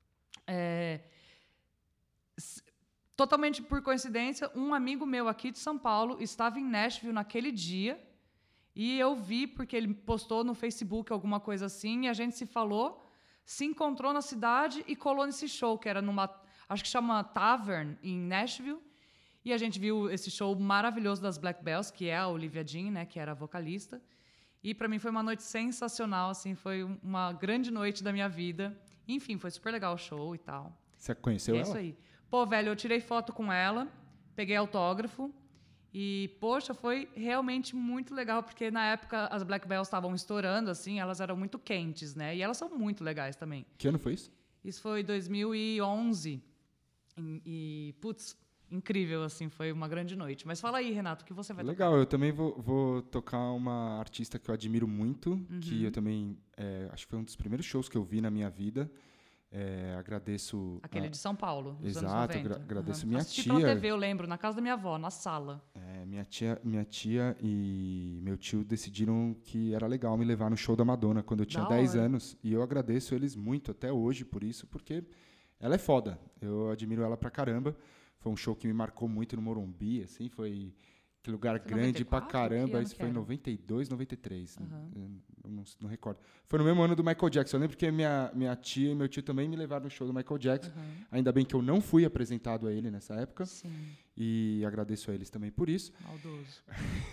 Totalmente por coincidência, um amigo meu aqui de São Paulo estava em Nashville naquele dia e eu vi porque ele postou no Facebook alguma coisa assim e a gente se falou, se encontrou na cidade e colou nesse show, que era acho que chama Tavern, em Nashville, e a gente viu esse show maravilhoso das Black Bells, que é a Olivia Dean, né, que era a vocalista, e para mim foi uma noite sensacional, assim, foi uma grande noite da minha vida. Enfim, foi super legal o show e tal. Você conheceu ela? É isso aí. Pô, velho, eu tirei foto com ela, peguei autógrafo E, poxa, foi realmente muito legal, porque na época as Black Bells estavam estourando, assim, elas eram muito quentes, né? E elas são muito legais também. Que ano foi isso? Isso foi 2011. E putz, incrível, assim, foi uma grande noite. Mas fala aí, Renato, o que você vai tocar? Legal, eu também vou tocar uma artista que eu admiro muito, que eu também, acho que foi um dos primeiros shows que eu vi na minha vida. Agradeço... Aquele de São Paulo, dos Exato, anos 90. agradeço minha Assisti tia. pela TV, eu lembro, na casa da minha avó, na sala. Minha tia e meu tio decidiram que era legal me levar no show da Madonna quando eu tinha 10 anos. E eu agradeço eles muito até hoje por isso, porque ela é foda. Eu admiro ela pra caramba. Foi um show que me marcou muito no Morumbi, assim, foi aquele lugar grande 94? pra caramba. Isso foi em 92, 93. Eu não recordo. Foi no mesmo ano do Michael Jackson. Eu lembro que minha tia e meu tio também me levaram no show do Michael Jackson. Ainda bem que eu não fui apresentado a ele nessa época. Sim. E agradeço a eles também por isso. Maldoso.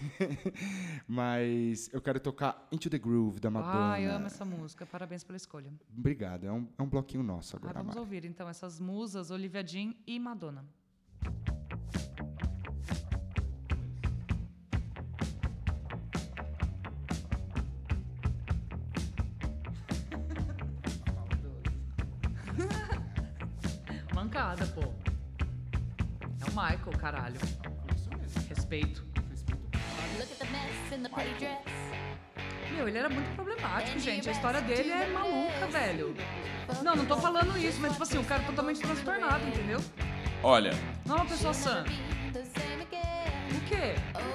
Mas eu quero tocar Into the Groove, da Madonna. Eu amo essa música. Parabéns pela escolha. Obrigado. É um bloquinho nosso agora, Vamos Mari. ouvir, então, essas musas, Olivia Dean e Madonna. Mancada, pô. É o Michael, caralho. Respeito. Meu, ele era muito problemático, gente. A história dele é maluca, velho. Não tô falando isso, mas tipo assim, o cara é totalmente transtornado, entendeu? Olha, Não é uma pessoa sã. O quê?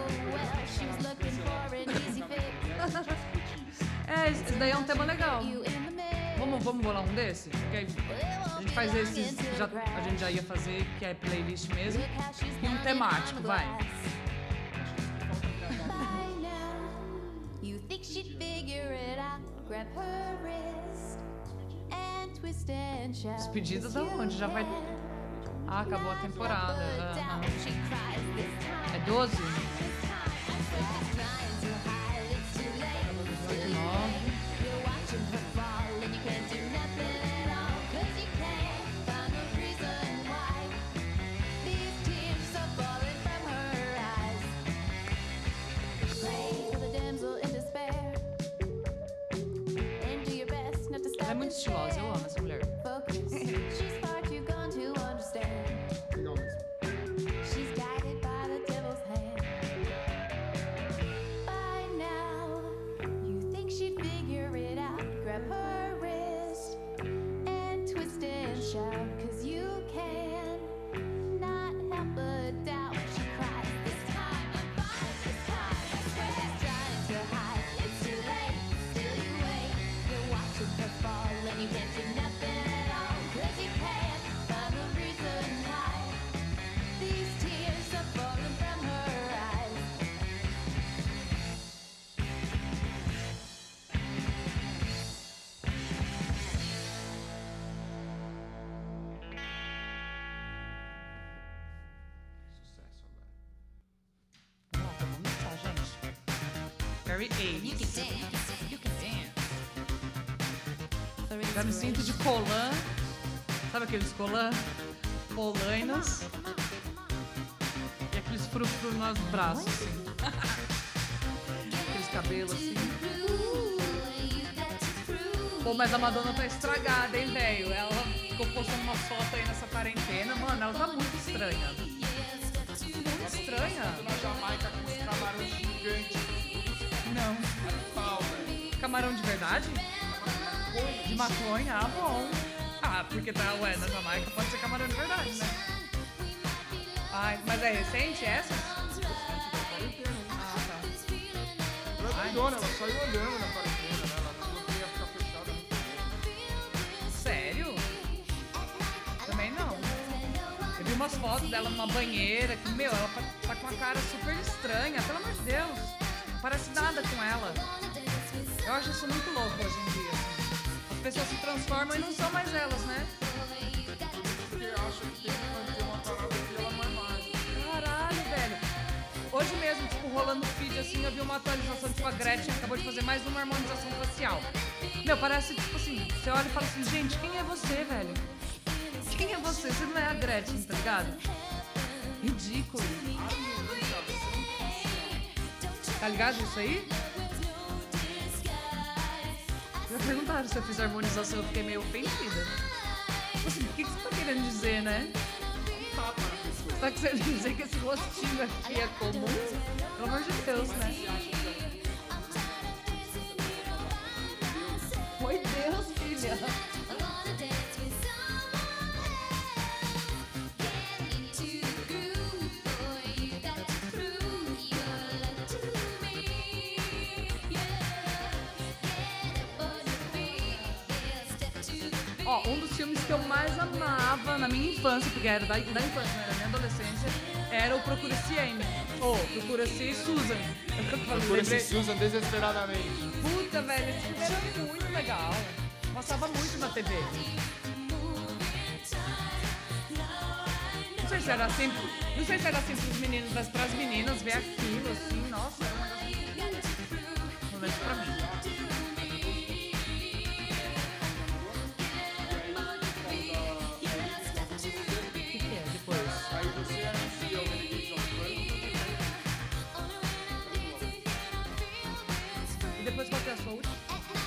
Esse daí é um tema legal. Vamos bolar um desse? Porque aí a gente faz esses que a gente já ia fazer, que é playlist mesmo. E um temático, vai. Despedida da onde? Já vai... acabou a temporada. É 12? 9. Ela é muito estilosa, eu amo essa mulher. Legal mesmo. Very 80s. Já me sinto de colã. Sabe aqueles colã? Polainas. E aqueles frufru nos braços, assim. Aqueles cabelos, assim. Pô, mas a Madonna tá estragada, hein, velho? Ela ficou postando uma foto aí nessa quarentena. Mano, ela tá muito estranha. Muito estranha. Na Jamaica com os camarões gigantes. Não. Camarão de verdade? De maconha? Ah, bom. Ah, porque tá, na Jamaica pode ser camarão de verdade, né? Ai, mas é recente essa? Ah, tá. Ela é doidona, ela saiu olhando na quarentena, né? Ela falou que ia ficar fechada muito tempo. Sério? Também não. Eu vi umas fotos dela numa banheira que, meu, ela tá com uma cara super estranha, pelo amor de Deus. Não parece nada com ela. Eu acho isso muito louco hoje em dia. As pessoas se transformam e não são mais elas, né? Porque acha que tem que manter uma parada que ela não é mais. Caralho, velho. Hoje mesmo, tipo, rolando o feed, assim, eu vi uma atualização, tipo, a Gretchen acabou de fazer mais uma harmonização facial. Meu, parece, tipo assim, você olha e fala assim, gente, quem é você, velho? Quem é você? Você não é a Gretchen, tá ligado? Ridículo. Você não Tá ligado isso aí? Me perguntaram se eu fiz harmonização, eu fiquei meio ofendida. Assim, o que você tá querendo dizer, né? Tá querendo dizer que esse rostinho aqui é comum? Pelo amor de Deus, né? Oi, Deus, filha. Ó, um dos filmes que eu mais amava na minha infância, porque era da infância, não era da minha adolescência, era o Procura-se Amy. Ou Procura-se Susan. Procura-se Susan desesperadamente. Puta, velho, esse filme era muito legal. Passava muito na TV. Não sei se era sempre pros meninos, mas pras meninas ver aquilo, assim, nossa, era um negócio muito legal. Pelo menos pra mim. Depois qual que é a sua última?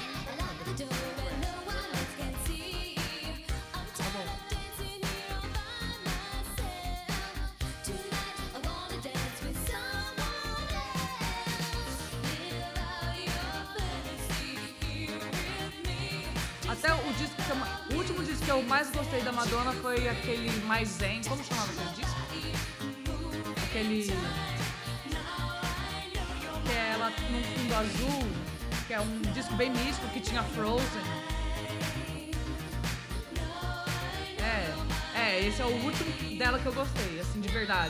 Tá bom. Até o disco o último disco que eu mais gostei da Madonna foi aquele Mais Zen. Como chamava aquele disco? Aquele... que é ela num fundo azul, que é um disco bem místico, que tinha Frozen. Esse é o último dela que eu gostei, assim, de verdade.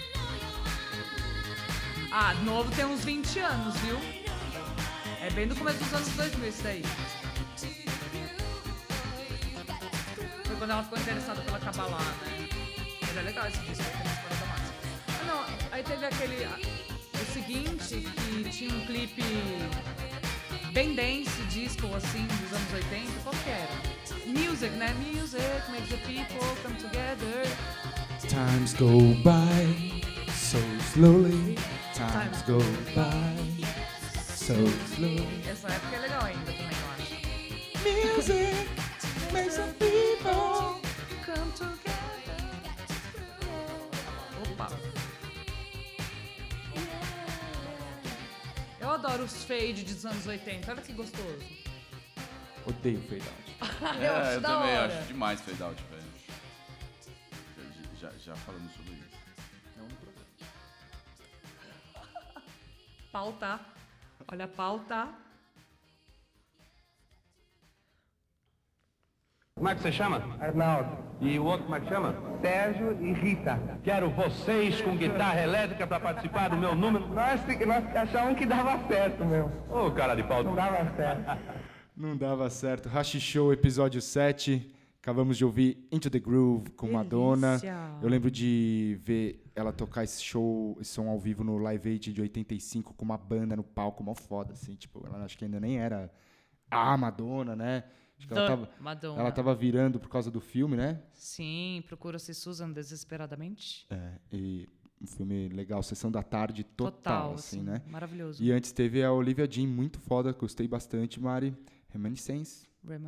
Ah, novo tem uns 20 anos, viu? É bem do começo dos anos 2000 isso daí. Foi quando ela ficou interessada pela Kabbalah, né? Mas é legal esse disco, tem uma história da massa. Ah, não, aí teve aquele... O seguinte, que tinha um clipe bem dance, disco, assim, dos anos 80. Qual que era? Music, né? Music makes the people come together. Times go by so slowly. Times go by so slowly. Essa época é legal ainda também, eu acho. Music makes the people come together. Opa. Eu adoro os fade dos anos 80. Olha que gostoso. Odeio fade out. Eu acho eu da também hora. acho demais fade out, velho. Já falamos sobre isso. É um problema. Pauta. Olha a pauta. Como é que você chama? Arnaldo. E o outro como é que chama? Sérgio e Rita. Quero vocês com guitarra elétrica para participar do meu número. Nós achávamos que dava certo, meu. Ô, cara de pau. Não dava certo. Não dava certo. Hashi Show, episódio 7. Acabamos de ouvir Into the Groove com Madonna. Eu lembro de ver ela tocar esse som ao vivo no Live Aid de 85 com uma banda no palco, mó foda, assim. Tipo, ela acho que ainda nem era a Madonna, né? Acho que ela tava virando por causa do filme, né? Sim, Procura-se Susan desesperadamente. E um filme legal, Sessão da Tarde total assim, né? Maravilhoso. E antes teve a Olivia Dean, muito foda, gostei bastante, Mari. Reminiscence.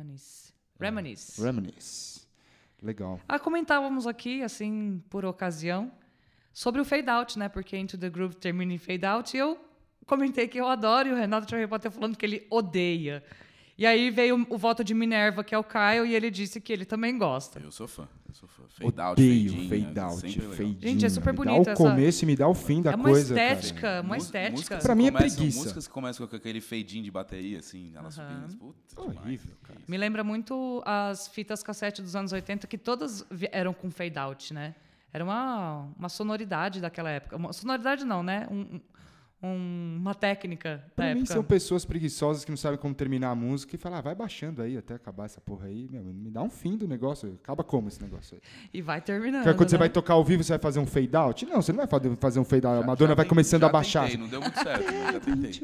Legal. Comentávamos aqui, assim, por ocasião, sobre o fade out, né? Porque Into the Groove termina em fade out e eu comentei que eu adoro e o Renato já repórter falando que ele odeia. E aí veio o voto de Minerva, que é o Caio, e ele disse que ele também gosta. Eu sou fã. Fade out, odeio fade out. Gente, é super bonito. Me dá o começo e me dá o fim da coisa, cara. Uma estética. Pra mim é preguiça. Músicas que começam com aquele fade-in de bateria, assim, elas subindo. Puta, horrível, cara. Me lembra muito as fitas cassete dos anos 80, que todas eram com fade out, né? Era uma sonoridade daquela época. Uma sonoridade não, né? Uma técnica da pra época. Mim são pessoas preguiçosas que não sabem como terminar a música e falam, vai baixando aí até acabar essa porra aí. Meu, me dá um fim do negócio. Acaba como esse negócio aí? E vai terminando, quando você vai tocar ao vivo, você vai fazer um fade out? Não, você não vai fazer um fade out. A Madonna vai começando a baixar. Não deu muito certo, já tentei.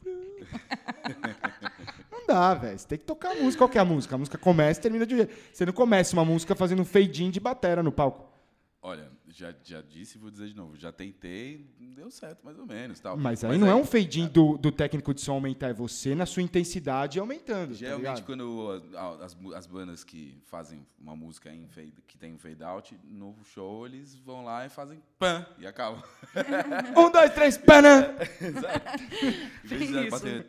Não dá, velho. Você tem que tocar a música. Qual que é a música? A música começa e termina de um jeito. Você não começa uma música fazendo um fade-in de batera no palco. Olha, já disse e vou dizer de novo. Já tentei, deu certo mais ou menos. Tal. Mas aí não é um fade-in do técnico de som aumentar, é você na sua intensidade aumentando. Geralmente, tá quando as bandas que fazem uma música que tem um fade-out, no show eles vão lá e fazem pã e acabam. 1, 2, 3, pã, né? Exato. Em vez de bater...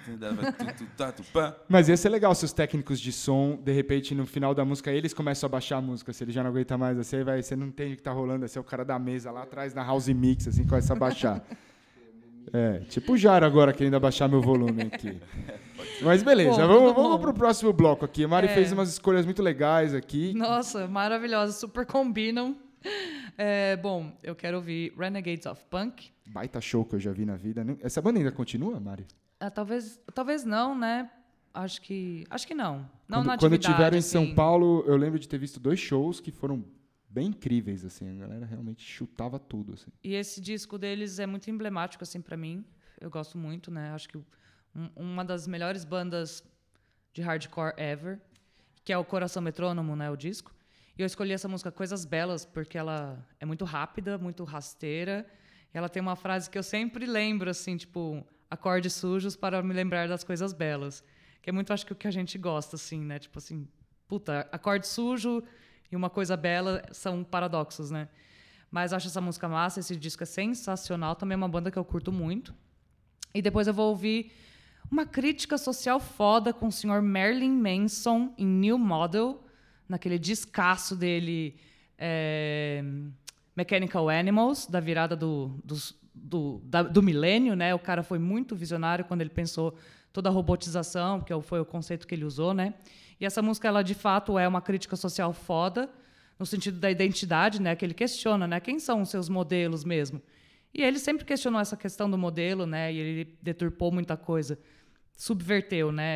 Mas ia ser legal se os técnicos de som, de repente, no final da música, eles começam a baixar a música. Se ele já não aguenta mais, assim, você não entende o que tá rolando. Assim, é o cara da mesa lá atrás, na house mix, assim, começa a baixar. Tipo o Jaro agora querendo abaixar meu volume aqui. Mas beleza, vamos pro próximo bloco aqui. A Mari fez umas escolhas muito legais aqui. Nossa, maravilhosas, super combinam. Bom, eu quero ouvir Renegades of Punk. Baita show que eu já vi na vida. Essa banda ainda continua, Mari? Talvez não, né? Acho que não. Não na quando atividade, tiveram em assim. São Paulo, eu lembro de ter visto 2 shows que foram bem incríveis, assim. A galera realmente chutava tudo, assim. E esse disco deles é muito emblemático, assim, pra mim. Eu gosto muito, né? Acho que uma das melhores bandas de hardcore ever, que é o Coração Metrônomo, né? O disco. E eu escolhi essa música Coisas Belas porque ela é muito rápida, muito rasteira. E ela tem uma frase que eu sempre lembro, assim, tipo... acordes sujos para me lembrar das coisas belas. Que é muito, acho que o que a gente gosta, assim, né? Tipo assim, puta, acorde sujo e uma coisa bela são paradoxos, né? Mas acho essa música massa, esse disco é sensacional. Também é uma banda que eu curto muito. E depois eu vou ouvir uma crítica social foda com o senhor Marilyn Manson em New Model, naquele discaço dele, Mechanical Animals, da virada do milênio, né? O cara foi muito visionário quando ele pensou toda a robotização, que foi o conceito que ele usou, né? E essa música, ela de fato é uma crítica social foda, no sentido da identidade, né? Que ele questiona, né? Quem são os seus modelos mesmo? E ele sempre questionou essa questão do modelo, né? E ele deturpou muita coisa, subverteu, né?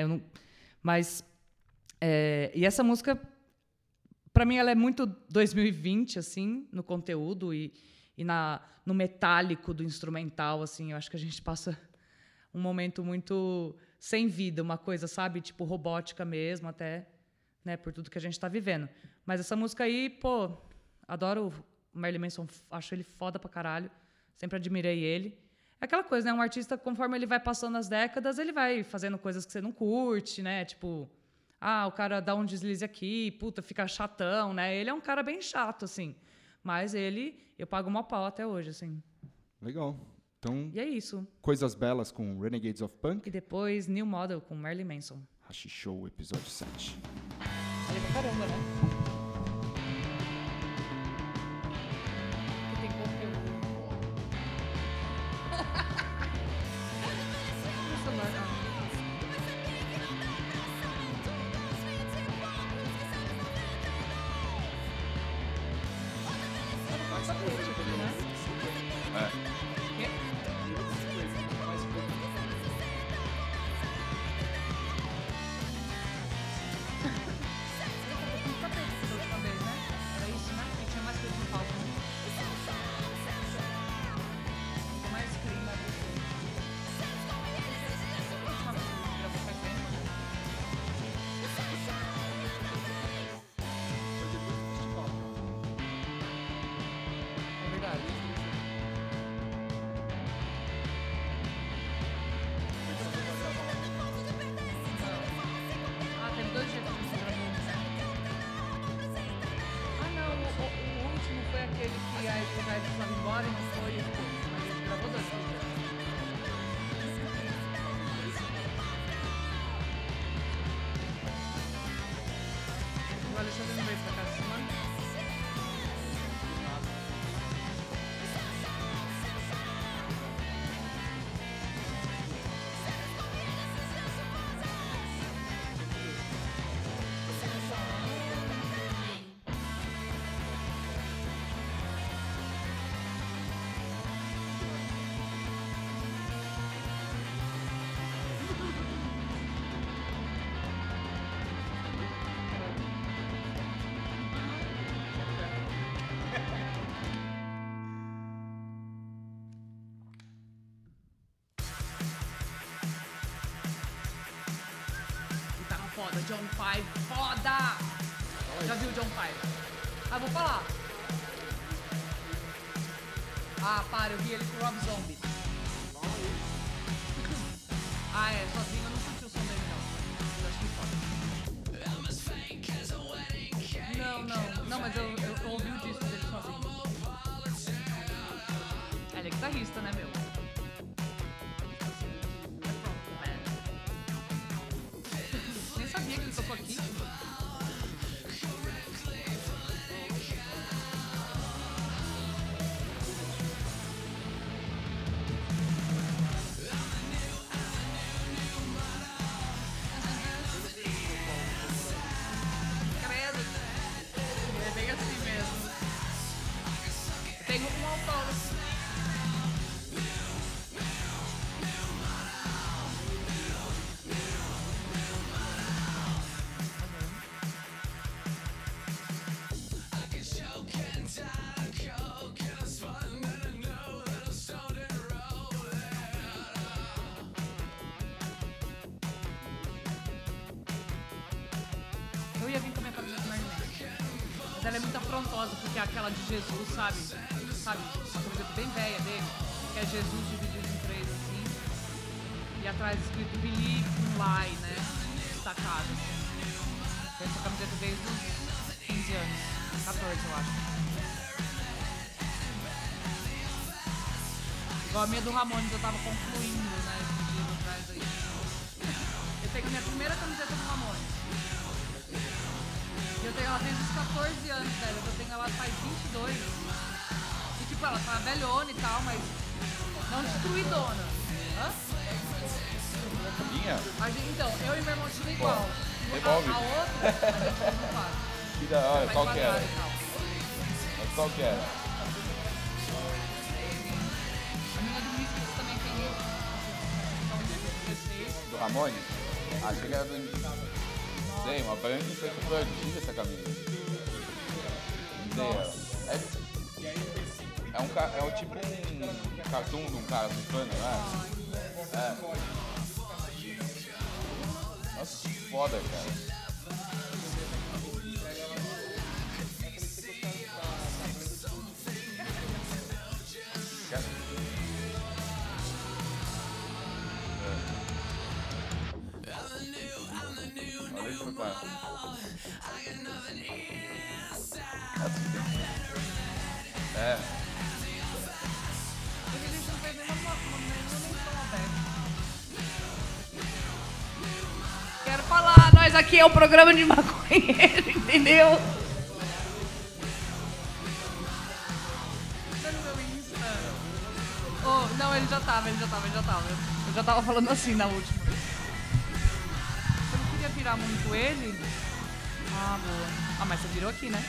E essa música, para mim, ela é muito 2020, assim, no conteúdo e no metálico do instrumental, assim. Eu acho que a gente passa um momento muito sem vida, uma coisa, sabe? Tipo, robótica mesmo, até, né? Por tudo que a gente tá vivendo. Mas essa música aí, pô, adoro o Marilyn Manson, acho ele foda pra caralho. Sempre admirei ele. É aquela coisa, né? Um artista, conforme ele vai passando as décadas, ele vai fazendo coisas que você não curte, né? Tipo, o cara dá um deslize aqui, puta, fica chatão, né? Ele é um cara bem chato, assim. Mas eu pago uma pau até hoje, assim. Legal. Então, e é isso. Coisas Belas com Renegades of Punk. E depois New Model com Marilyn Manson. Hashi Show, episódio 7. Olha pra caramba, né? Que tem conteúdo. Foda, John 5, foda! Já viu John 5? Vou falar. Ah, para, eu vi ele com o Rob Zombie. Ah, é, sozinho eu não curti o som dele, não. Eu achei foda. Não, mas eu ouvi o disco dele sozinho. Ele é guitarrista, né, meu? Nem sabia que ele tocou aqui. Credo. É bem assim mesmo. Eu tenho um autógrafo. Eu ia vir com a minha camiseta do Iron Man. Mas ela é muito afrontosa, porque é aquela de Jesus, sabe? Sabe? Uma camiseta bem velha dele, que é Jesus dividido em 3, assim. E atrás escrito Believe in Lie, né? Destacado, assim. Essa camiseta desde os 15 anos. 14, eu acho. Igual a minha do Ramones, eu tava concluindo, né? Esses dias atrás aí. Eu tenho a minha primeira camiseta do Ramones. Eu tenho ela desde os 14 anos, velho. Eu tenho ela faz 22. E tipo, ela tá velhona e tal, mas não destruidona. Hã? Minha? Então, eu e meu irmão tinha igual. Revolve. A outra, a gente não faz. Que da hora, Faz qual que era? quadrado e tal. Mas qual que era? A minha do Misfits também tem isso. Então, 16. Do Ramones? Achei que era do... Sei, uma branca e preta florida essa camisa. Não sei ela. É um tipo um cartoon de um cara surfando, né? É. Nossa, que foda, cara. Olha isso, cara. É. Porque a gente não fez nenhuma menção aberta. Quero falar, nós aqui é um programa de maconheiro, entendeu? Tá no meu Insta. Oh, não, ele já tava. Eu já tava falando assim na última. Eu não queria virar muito ele. Ah, boa. Ah, mas você virou aqui, né?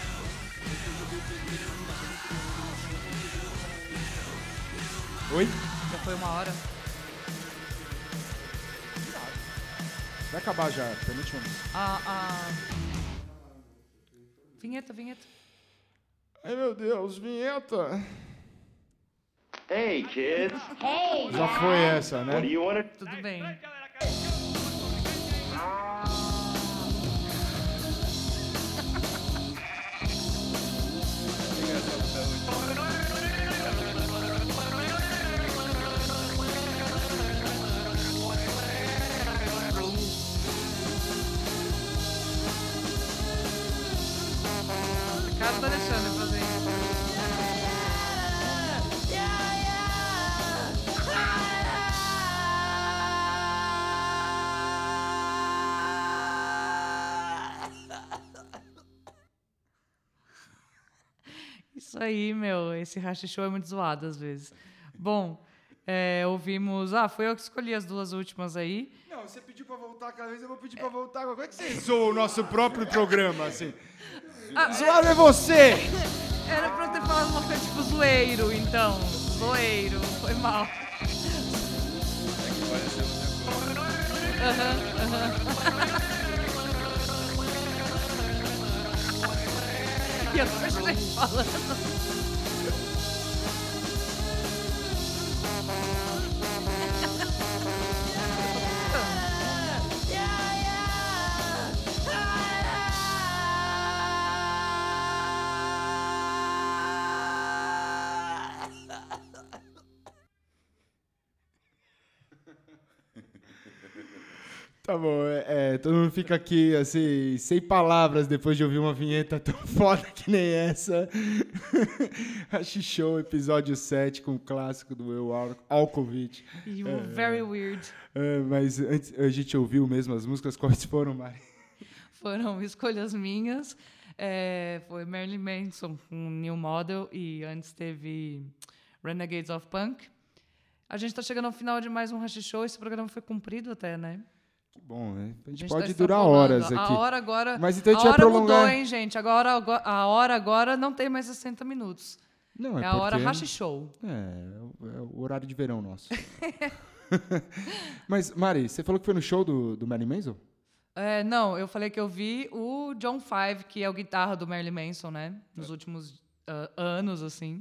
Oi? Já foi 1 hora. Vai acabar já, penúltima. Vinheta. Ai, meu Deus, vinheta. Hey, kids. Hey, Já foi essa, né? What do you want to... Tudo bem. O cara tá deixando eu fazer isso. Isso aí, meu. Esse Racha Show é muito zoado às vezes. Bom, ouvimos... foi eu que escolhi as 2 últimas aí. Não, você pediu pra voltar cada vez, eu vou pedir pra voltar. Como é que você zoa o nosso próprio programa, assim? Zoado é você! Era pra eu ter falado uma coisa tipo zoeiro, então. Zoeiro. Foi mal. E eu continuei falando. Tá bom, todo mundo fica aqui, assim, sem palavras depois de ouvir uma vinheta tão foda que nem essa. Hashi Show, episódio 7, com o clássico do Will Alkovich. You were very weird. Mas antes, a gente ouviu mesmo as músicas, quais foram, Mari? Foram escolhas minhas. Foi Marilyn Manson com New Model e antes teve Renegades of Punk. A gente tá chegando ao final de mais um Hashi Show. Esse programa foi cumprido até, né? Que bom, né? A gente tá pode durar horas aqui. A hora agora... Mas então a gente a vai hora prolongar... mudou, hein, gente? A hora agora não tem mais 60 minutos. Não, é a hora Hashi Show. É o horário de verão nosso. Mas, Mari, você falou que foi no show do Marilyn Manson? Não, eu falei que eu vi o John Five, que é o guitarra do Marilyn Manson, né? Nos últimos anos, assim.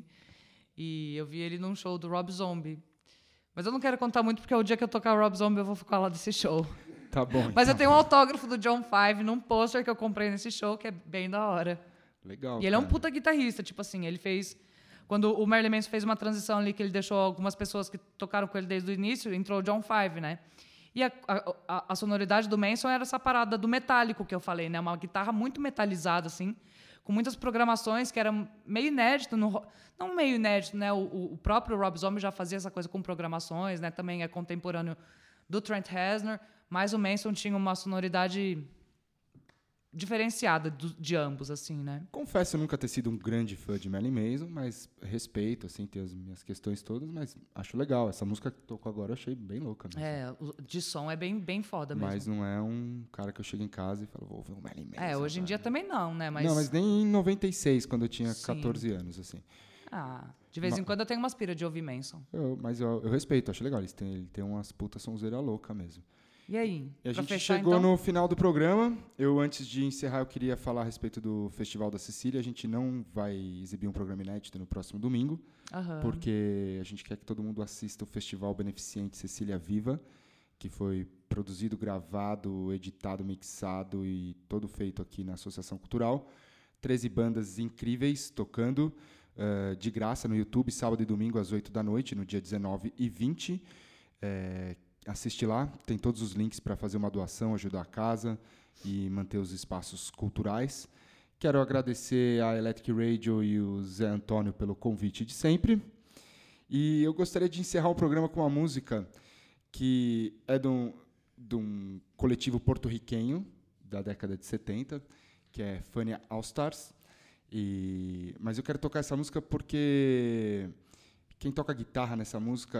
E eu vi ele num show do Rob Zombie. Mas eu não quero contar muito, porque o dia que eu tocar o Rob Zombie, eu vou ficar lá desse show. Tá bom. Mas então. eu tenho um autógrafo do John Five num pôster que eu comprei nesse show, que é bem da hora. Legal. E ele é um puta guitarrista, tipo assim, ele fez... Quando o Marilyn Manson fez uma transição ali, que ele deixou algumas pessoas que tocaram com ele desde o início, entrou o John Five, né? E a sonoridade do Manson era essa parada do metálico que eu falei, né? Uma guitarra muito metalizada, assim, com muitas programações que era meio inédito. Não meio inédito, né? O próprio Rob Zombie já fazia essa coisa com programações, né? Também é contemporâneo do Trent Reznor, mas o Manson tinha uma sonoridade diferenciada de ambos, assim, né? Confesso nunca ter sido um grande fã de Marilyn Manson, mas respeito, assim, ter as minhas questões todas, mas acho legal. Essa música que tocou agora eu achei bem louca. Mesmo. De som é bem foda mesmo. Mas não é um cara que eu chego em casa e falo, vou ver o Marilyn Manson. Hoje em dia também não, né? Não, mas nem em 96, quando eu tinha 14 anos, assim. De vez em quando eu tenho umas piras de ouvir Manson. Mas eu respeito, acho legal. Ele tem umas putas sonzeira louca mesmo. E aí? E a gente fechar, chegou então? no final do programa. Antes de encerrar, eu queria falar a respeito do Festival da Cecília. A gente não vai exibir um programa inédito no próximo domingo, porque a gente quer que todo mundo assista o Festival Beneficente Cecília Viva, que foi produzido, gravado, editado, mixado e todo feito aqui na Associação Cultural. 13 bandas incríveis tocando de graça no YouTube, sábado e domingo às 8 da noite, no dia 19 e 20. Assiste lá, tem todos os links para fazer uma doação, ajudar a casa e manter os espaços culturais. Quero agradecer a Electric Radio e o Zé Antônio pelo convite de sempre. E eu gostaria de encerrar o programa com uma música que é de um coletivo porto-riquenho da década de 70, que é Fania All Stars. Mas eu quero tocar essa música porque quem toca guitarra nessa música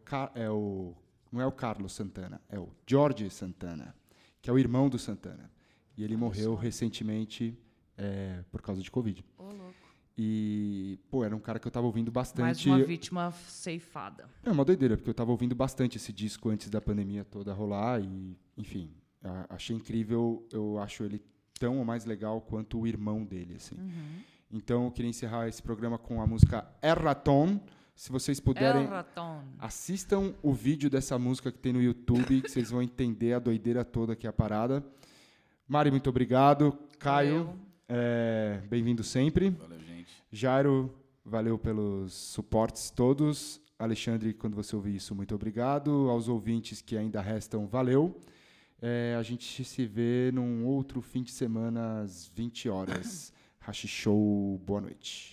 não é o Carlos Santana, é o Jorge Santana, que é o irmão do Santana. E ele morreu recentemente por causa de Covid. Louco. E, era um cara que eu estava ouvindo bastante. Mais uma vítima ceifada. É uma doideira, porque eu estava ouvindo bastante esse disco antes da pandemia toda rolar. E, enfim, achei incrível. Eu acho ele tão ou mais legal quanto o irmão dele, assim. Então, eu queria encerrar esse programa com a música Erraton. Se vocês puderem, assistam o vídeo dessa música que tem no YouTube, que vocês vão entender a doideira toda que é a parada. Mari, muito obrigado. Caio, bem-vindo sempre. Valeu, gente. Jairo, valeu pelos suportes todos. Alexandre, quando você ouvir isso, muito obrigado. Aos ouvintes que ainda restam, valeu. A gente se vê num outro fim de semana às 20 horas. Hashi Show, boa noite.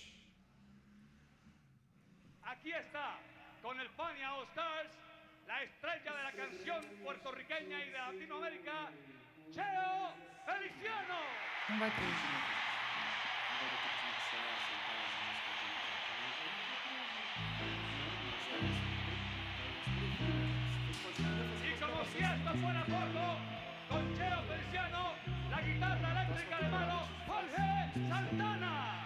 Aquí está, con el Fania All Stars, la estrella de la canción puertorriqueña y de Latinoamérica, Cheo Feliciano. Não vai ter. Y como si esto fuera poco, con Cheo Feliciano, la guitarra eléctrica de mano, Jorge Santana.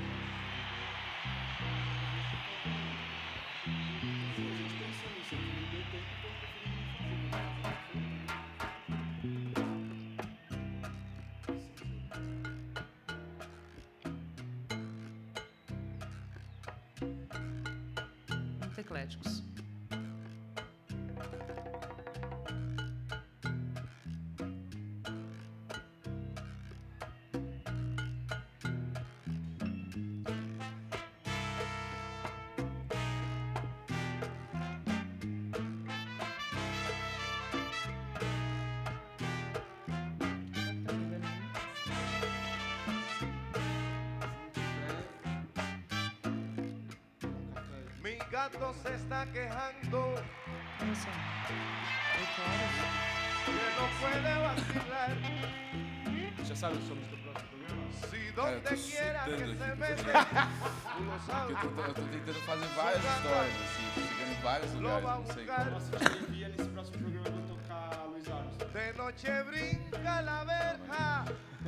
Muito ecléticos. gato se está quejando que no puede vacilar. Já sabe o nome do próximo programa? Si eu donde tô quiera que chutando se aqui, mete, tú lo sabes. Eu tô tentando fazer várias histórias, assim, tô chegando em vários lugares, não sei como. Nossa, eu devia nesse próximo programa eu vou tocar Luiz Armstrong. De noche brinca la verja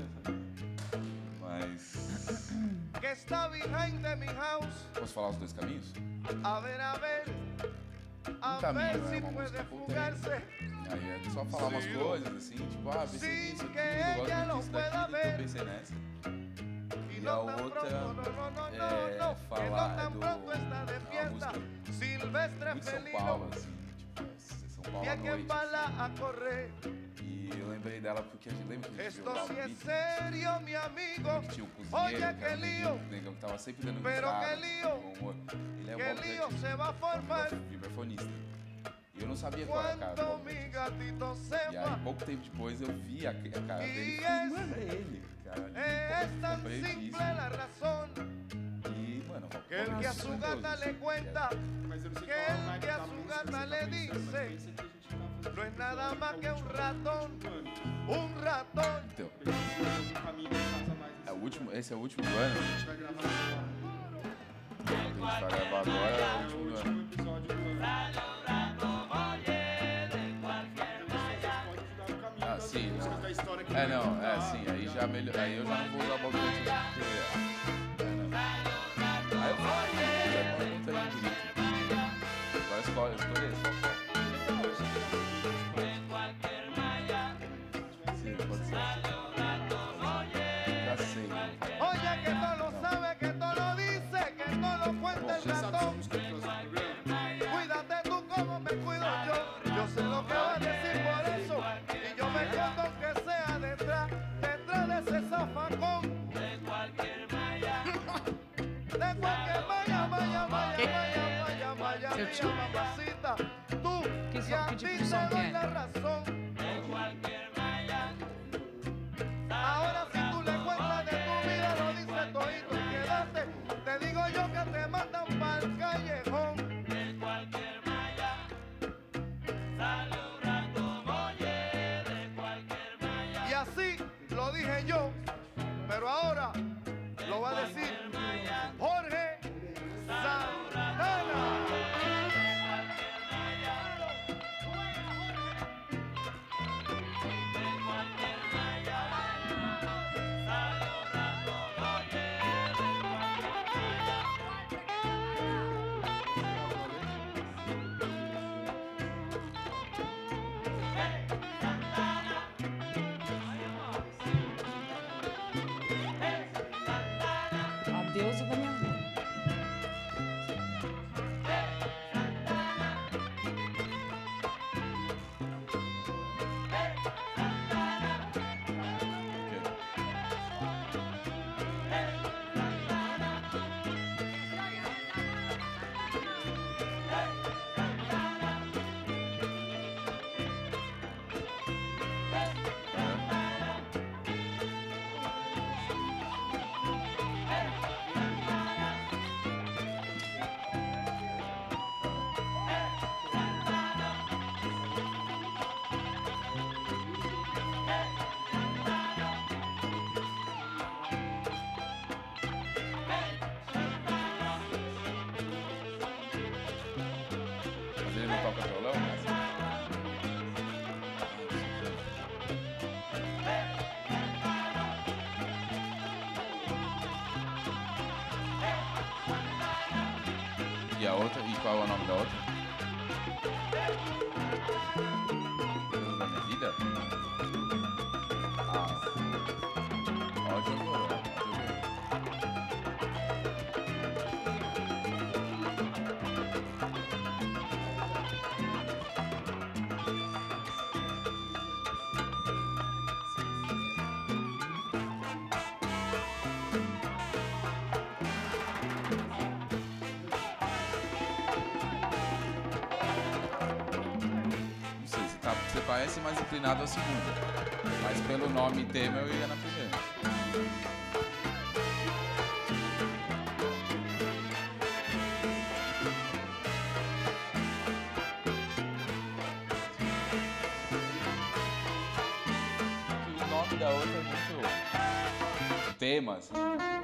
Mas... que está behind de mi house. Posso falar os dois caminhos? A ver, Um caminho, si uma puede música potente. fugarse. Aí é só falar umas coisas assim, tipo, pensei nisso, que aquilo, ella gosto lo disso, pueda daquilo, ver. então pensei nessa. Y E a no tan outra pronto, no, que no falar tan do... pronto está de é uma fiesta. música Silvestre muito São felino, Paulo, assim, tipo, é São Paulo y à a quien noite. bala a correr. E eu lembrei dela porque a gente lembra que a gente viu Esto lá sí no es vídeo, serio, mi amigo. que tinha o cozinheiro, Oye, que que era um lío, negão que tava sempre dando pero risada, que lío, com humor. Ele é um que bom lío criativo, se va a formar vibrafonista. E eu não sabia qual era a cara cuando dele. mi gatito E aí, sepa. pouco tempo depois, eu vi a cara dele e Y falei, mano, é ele, cara. es tan Comprei o simple disco. la razón E, mano, que el que a su gata le cuenta, que el que a su gata le dice, no es nada más que un ratón, un ratón. Então, esse é o último do ano. A gente vai gravar O que a gente vai gravar agora é o último do ano. episódio do ano. Ah, sim, músicas não. da história que É, vai não, contar, sim, aí tá já melhor. Aí eu já não vou usar o Bob Dylan porque. Aí eu falo, já não tem direito. Agora escolhe esse. Sim, pode ser. Já sei. Oye, que todo lo sabe, que todo lo dice, que todo lo cuenta el Já sabe a ratón. música do próximo programa? Cuídate tú como me cuido yo. Yo sé lo que va a decir por eso. Y yo me escondo aunque sea detrás de ese zafacón. De cualquier malla, Seu mía, mamacita. Tú, Que y a som- que ti tipo de te som que doy é? la razón. Ahora si tú le cuentas de tu vida, lo dices todito y quédate. Te digo yo que te mandan pa'l callejón. De cualquier malla, sale un ratón, oye, de cualquier malla. Y así lo dije yo, pero ahora lo va a decir Jorge Santana. Adeus, Ivaniel. Mas ele não toca violão, mas... E a outra? E qual é o nome da outra? Deus da minha vida? Ah. Ódio ou violão? Ódio ou violão? Não sei, você parece mais inclinado ao segundo. Mas pelo nome e tema eu ia na primeira. a outra é muito... O tema, assim,